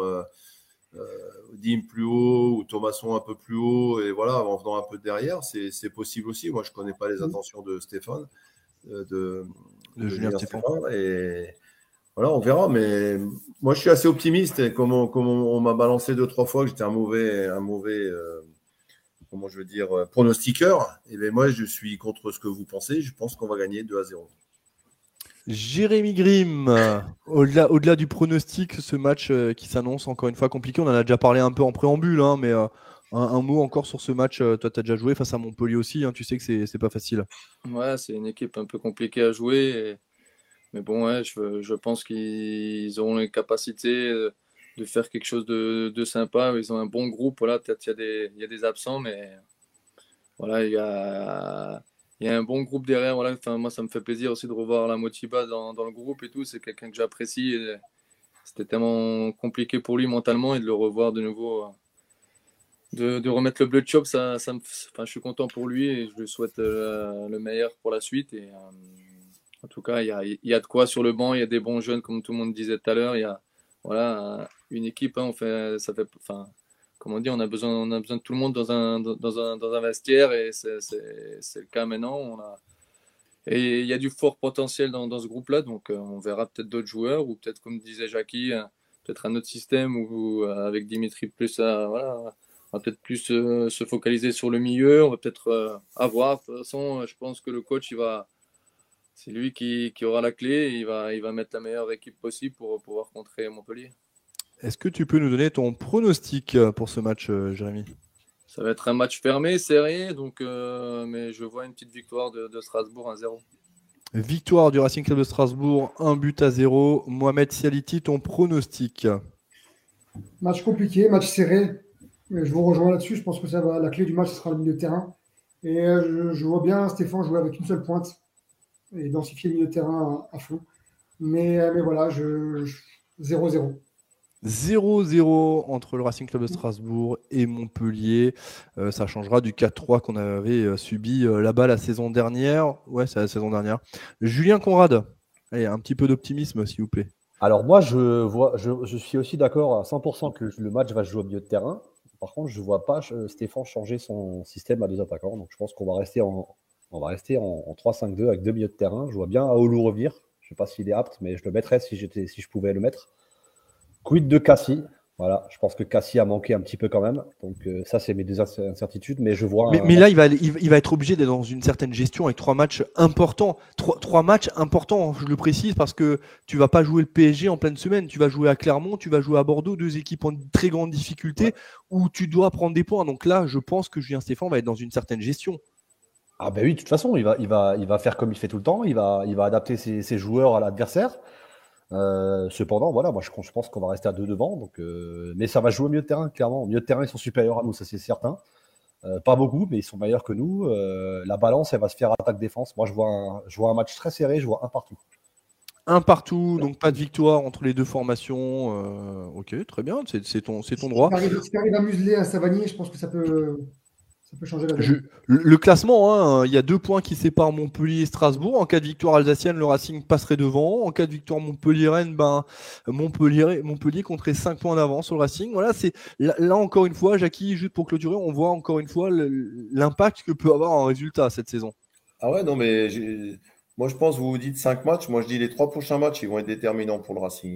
Dim plus haut ou Thomasson un peu plus haut et voilà, en venant un peu derrière, c'est possible aussi. Moi, je ne connais pas les intentions de Stéphane, de Julien Stéphan. Et voilà, on verra. Mais moi, je suis assez optimiste. Et comme on m'a balancé 2-3 fois que j'étais un mauvais comment je veux dire, pronostiqueur, et bien moi, je suis contre ce que vous pensez. Je pense qu'on va gagner 2-0. Jérémy Grimm, au-delà du pronostic, ce match qui s'annonce encore une fois compliqué, on en a déjà parlé un peu en préambule, hein, mais un mot encore sur ce match. Toi, tu as déjà joué face à Montpellier aussi, hein, tu sais que c'est pas facile. Ouais, c'est une équipe un peu compliquée à jouer. Mais bon, ouais, je pense qu'ils auront les capacités de faire quelque chose de sympa. Ils ont un bon groupe. Voilà, peut-être il y a des absents, mais voilà, il y a un bon groupe derrière. Voilà. Enfin, moi, ça me fait plaisir aussi de revoir la Motiba dans le groupe et tout. C'est quelqu'un que j'apprécie. Et c'était tellement compliqué pour lui mentalement et de le revoir de nouveau, de remettre le bleu chop, enfin, je suis content pour lui et je lui souhaite le meilleur pour la suite. Et en tout cas, il y a de quoi sur le banc. Il y a des bons jeunes, comme tout le monde disait tout à l'heure. Il y a voilà, une équipe. Hein, enfin, comment dire, on a besoin de tout le monde dans un vestiaire et c'est le cas maintenant. Et il y a du fort potentiel dans ce groupe-là. Donc, on verra peut-être d'autres joueurs ou peut-être, comme disait Jackie, peut-être un autre système ou avec Dimitri plus voilà, on va peut-être plus se focaliser sur le milieu. On va peut-être avoir. De toute façon, je pense que le coach, c'est lui qui aura la clé et il va mettre la meilleure équipe possible pour pouvoir contrer Montpellier. Est-ce que tu peux nous donner ton pronostic pour ce match, Jérémy ? Ça va être un match fermé, serré, donc, mais je vois une petite victoire de Strasbourg 1-0. Victoire du Racing Club de Strasbourg, 1-0. Mohamed Sialiti, ton pronostic ? Match compliqué, match serré. Je vous rejoins là-dessus. Je pense que la clé du match, ce sera le milieu de terrain. Et je vois bien Stéphane jouer avec une seule pointe et densifier le milieu de terrain à fond. Mais voilà, 0-0. 0-0 entre le Racing Club de Strasbourg et Montpellier. Ça changera du 4-3 qu'on avait subi là-bas la saison dernière. Ouais, c'est la saison dernière. Julien Conrad, allez, un petit peu d'optimisme, s'il vous plaît. Alors moi, je suis aussi d'accord à 100% que le match va se jouer au milieu de terrain. Par contre, je ne vois pas Stéphane changer son système à 2 attaquants. Donc je pense qu'on va rester en 3-5-2 avec 2 milieux de terrain. Je vois bien Aoulou revenir. Je ne sais pas s'il est apte, mais je le mettrais si je pouvais le mettre. Quid de Cassie? Voilà, je pense que Cassie a manqué un petit peu quand même. Donc ça, c'est mes deux incertitudes. Mais je vois. Mais là, il va être obligé d'être dans une certaine gestion avec 3 matchs importants. 3 matchs importants, je le précise, parce que tu vas pas jouer le PSG en pleine semaine. Tu vas jouer à Clermont, tu vas jouer à Bordeaux, 2 équipes en très grande difficulté où tu dois prendre des points. Donc là, je pense que Julien Stéphan va être dans une certaine gestion. Ah ben oui, de toute façon, il va faire comme il fait tout le temps. Il va adapter ses joueurs à l'adversaire. Cependant, voilà, moi je pense qu'on va rester à 2 devant. Donc, mais ça va jouer au milieu de terrain, clairement. Au milieu de terrain, ils sont supérieurs à nous, ça c'est certain. Pas beaucoup, mais ils sont meilleurs que nous. La balance, elle va se faire attaque-défense. Moi, je vois un match très serré, je vois un partout. Un partout, donc pas de victoire entre les deux formations. Ok, très bien, c'est ton droit. Si tu arrives à museler un Savanier, je pense que ça peut changer la donne. Le classement, hein, il y a 2 points qui séparent Montpellier et Strasbourg. En cas de victoire alsacienne, le Racing passerait devant. En cas de victoire Montpellier-Rennes, Montpellier compterait 5 points d'avance sur le Racing. Voilà, c'est là encore une fois, Jackie, juste pour clôturer, on voit encore une fois l'impact que peut avoir un résultat cette saison. Ah ouais, non, mais moi je pense, vous vous dites 5 matchs, moi je dis les 3 prochains matchs, ils vont être déterminants pour le Racing.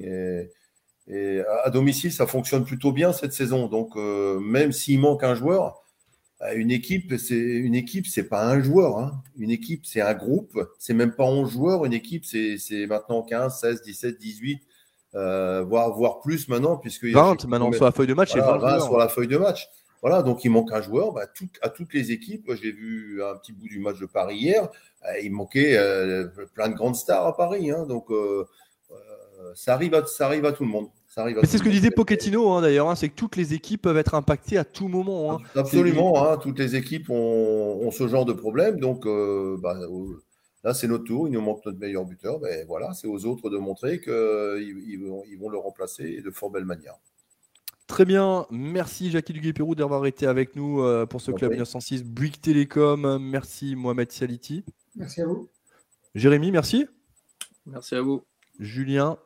Et à domicile, ça fonctionne plutôt bien cette saison. Donc, même s'il manque un joueur, Une équipe, c'est pas un joueur. Hein. Une équipe, c'est un groupe. C'est même pas 11 joueurs. Une équipe, c'est maintenant 15, 16, 17, 18, voire plus maintenant. 20 maintenant sur la feuille de match. Voilà, 20 sur la feuille de match. Voilà, donc il manque un joueur. À toutes les équipes, moi, j'ai vu un petit bout du match de Paris hier. Il manquait plein de grandes stars à Paris. Hein, donc ça arrive à tout le monde. C'est ce que disait Pochettino hein, d'ailleurs, hein, c'est que toutes les équipes peuvent être impactées à tout moment. Hein. Absolument, hein, toutes les équipes ont ce genre de problème. Donc là, c'est notre tour. Il nous manque notre meilleur buteur. Voilà, c'est aux autres de montrer qu'ils vont le remplacer et de fort belle manière. Très bien, merci Jackie Duguay-Pérou d'avoir été avec nous pour ce Club 1906 Bouygues Télécom. Merci Mohamed Sialiti. Merci à vous. Jérémy, merci. Merci à vous. Julien.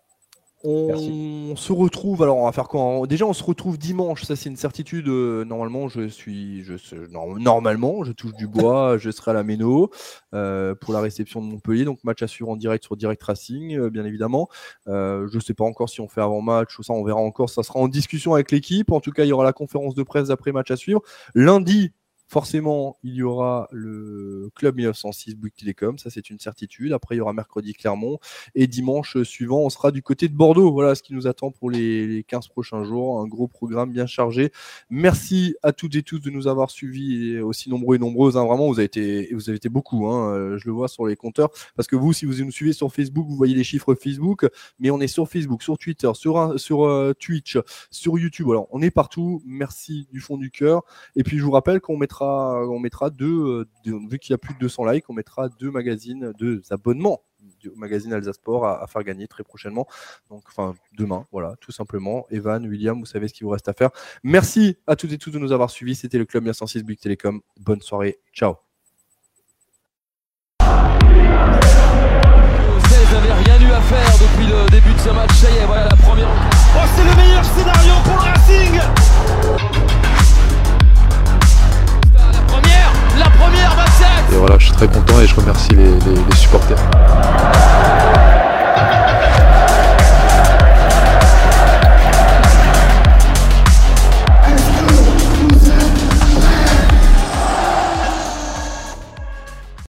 On se retrouve, alors on va faire quoi? Déjà on se retrouve dimanche, ça c'est une certitude. Normalement je touche du bois, je serai à la Méno pour la réception de Montpellier, donc match à suivre en direct sur Direct Racing bien évidemment. Je ne sais pas encore si on fait avant match ou ça, on verra encore, ça sera en discussion avec l'équipe. En tout cas il y aura la conférence de presse d'après match à suivre. Lundi, forcément, il y aura le Club 1906 Bouygues Télécom, ça c'est une certitude. Après, il y aura mercredi Clermont et dimanche suivant, on sera du côté de Bordeaux. Voilà ce qui nous attend pour les 15 prochains jours. Un gros programme bien chargé. Merci à toutes et tous de nous avoir suivis, et aussi nombreux et nombreuses. Hein. Vraiment, vous avez été beaucoup. Hein. Je le vois sur les compteurs. Parce que vous, si vous nous suivez sur Facebook, vous voyez les chiffres Facebook. Mais on est sur Facebook, sur Twitter, sur Twitch, sur YouTube. Alors, on est partout. Merci du fond du cœur. Et puis, je vous rappelle qu'on mettra vu qu'il y a plus de 200 likes, on mettra 2 abonnements au magazine Alsasport à faire gagner très prochainement. Donc, demain, voilà, tout simplement. Evan, William, vous savez ce qu'il vous reste à faire. Merci à toutes et tous de nous avoir suivis. C'était le Club 1906 Bouygues Télécom. Bonne soirée. Ciao. Vous n'avez rien eu à faire depuis le début de ce match. Ça y est, voilà la première. Oh, c'est le meilleur scénario pour le Racing. La première 27. Et voilà, je suis très content et je remercie les supporters.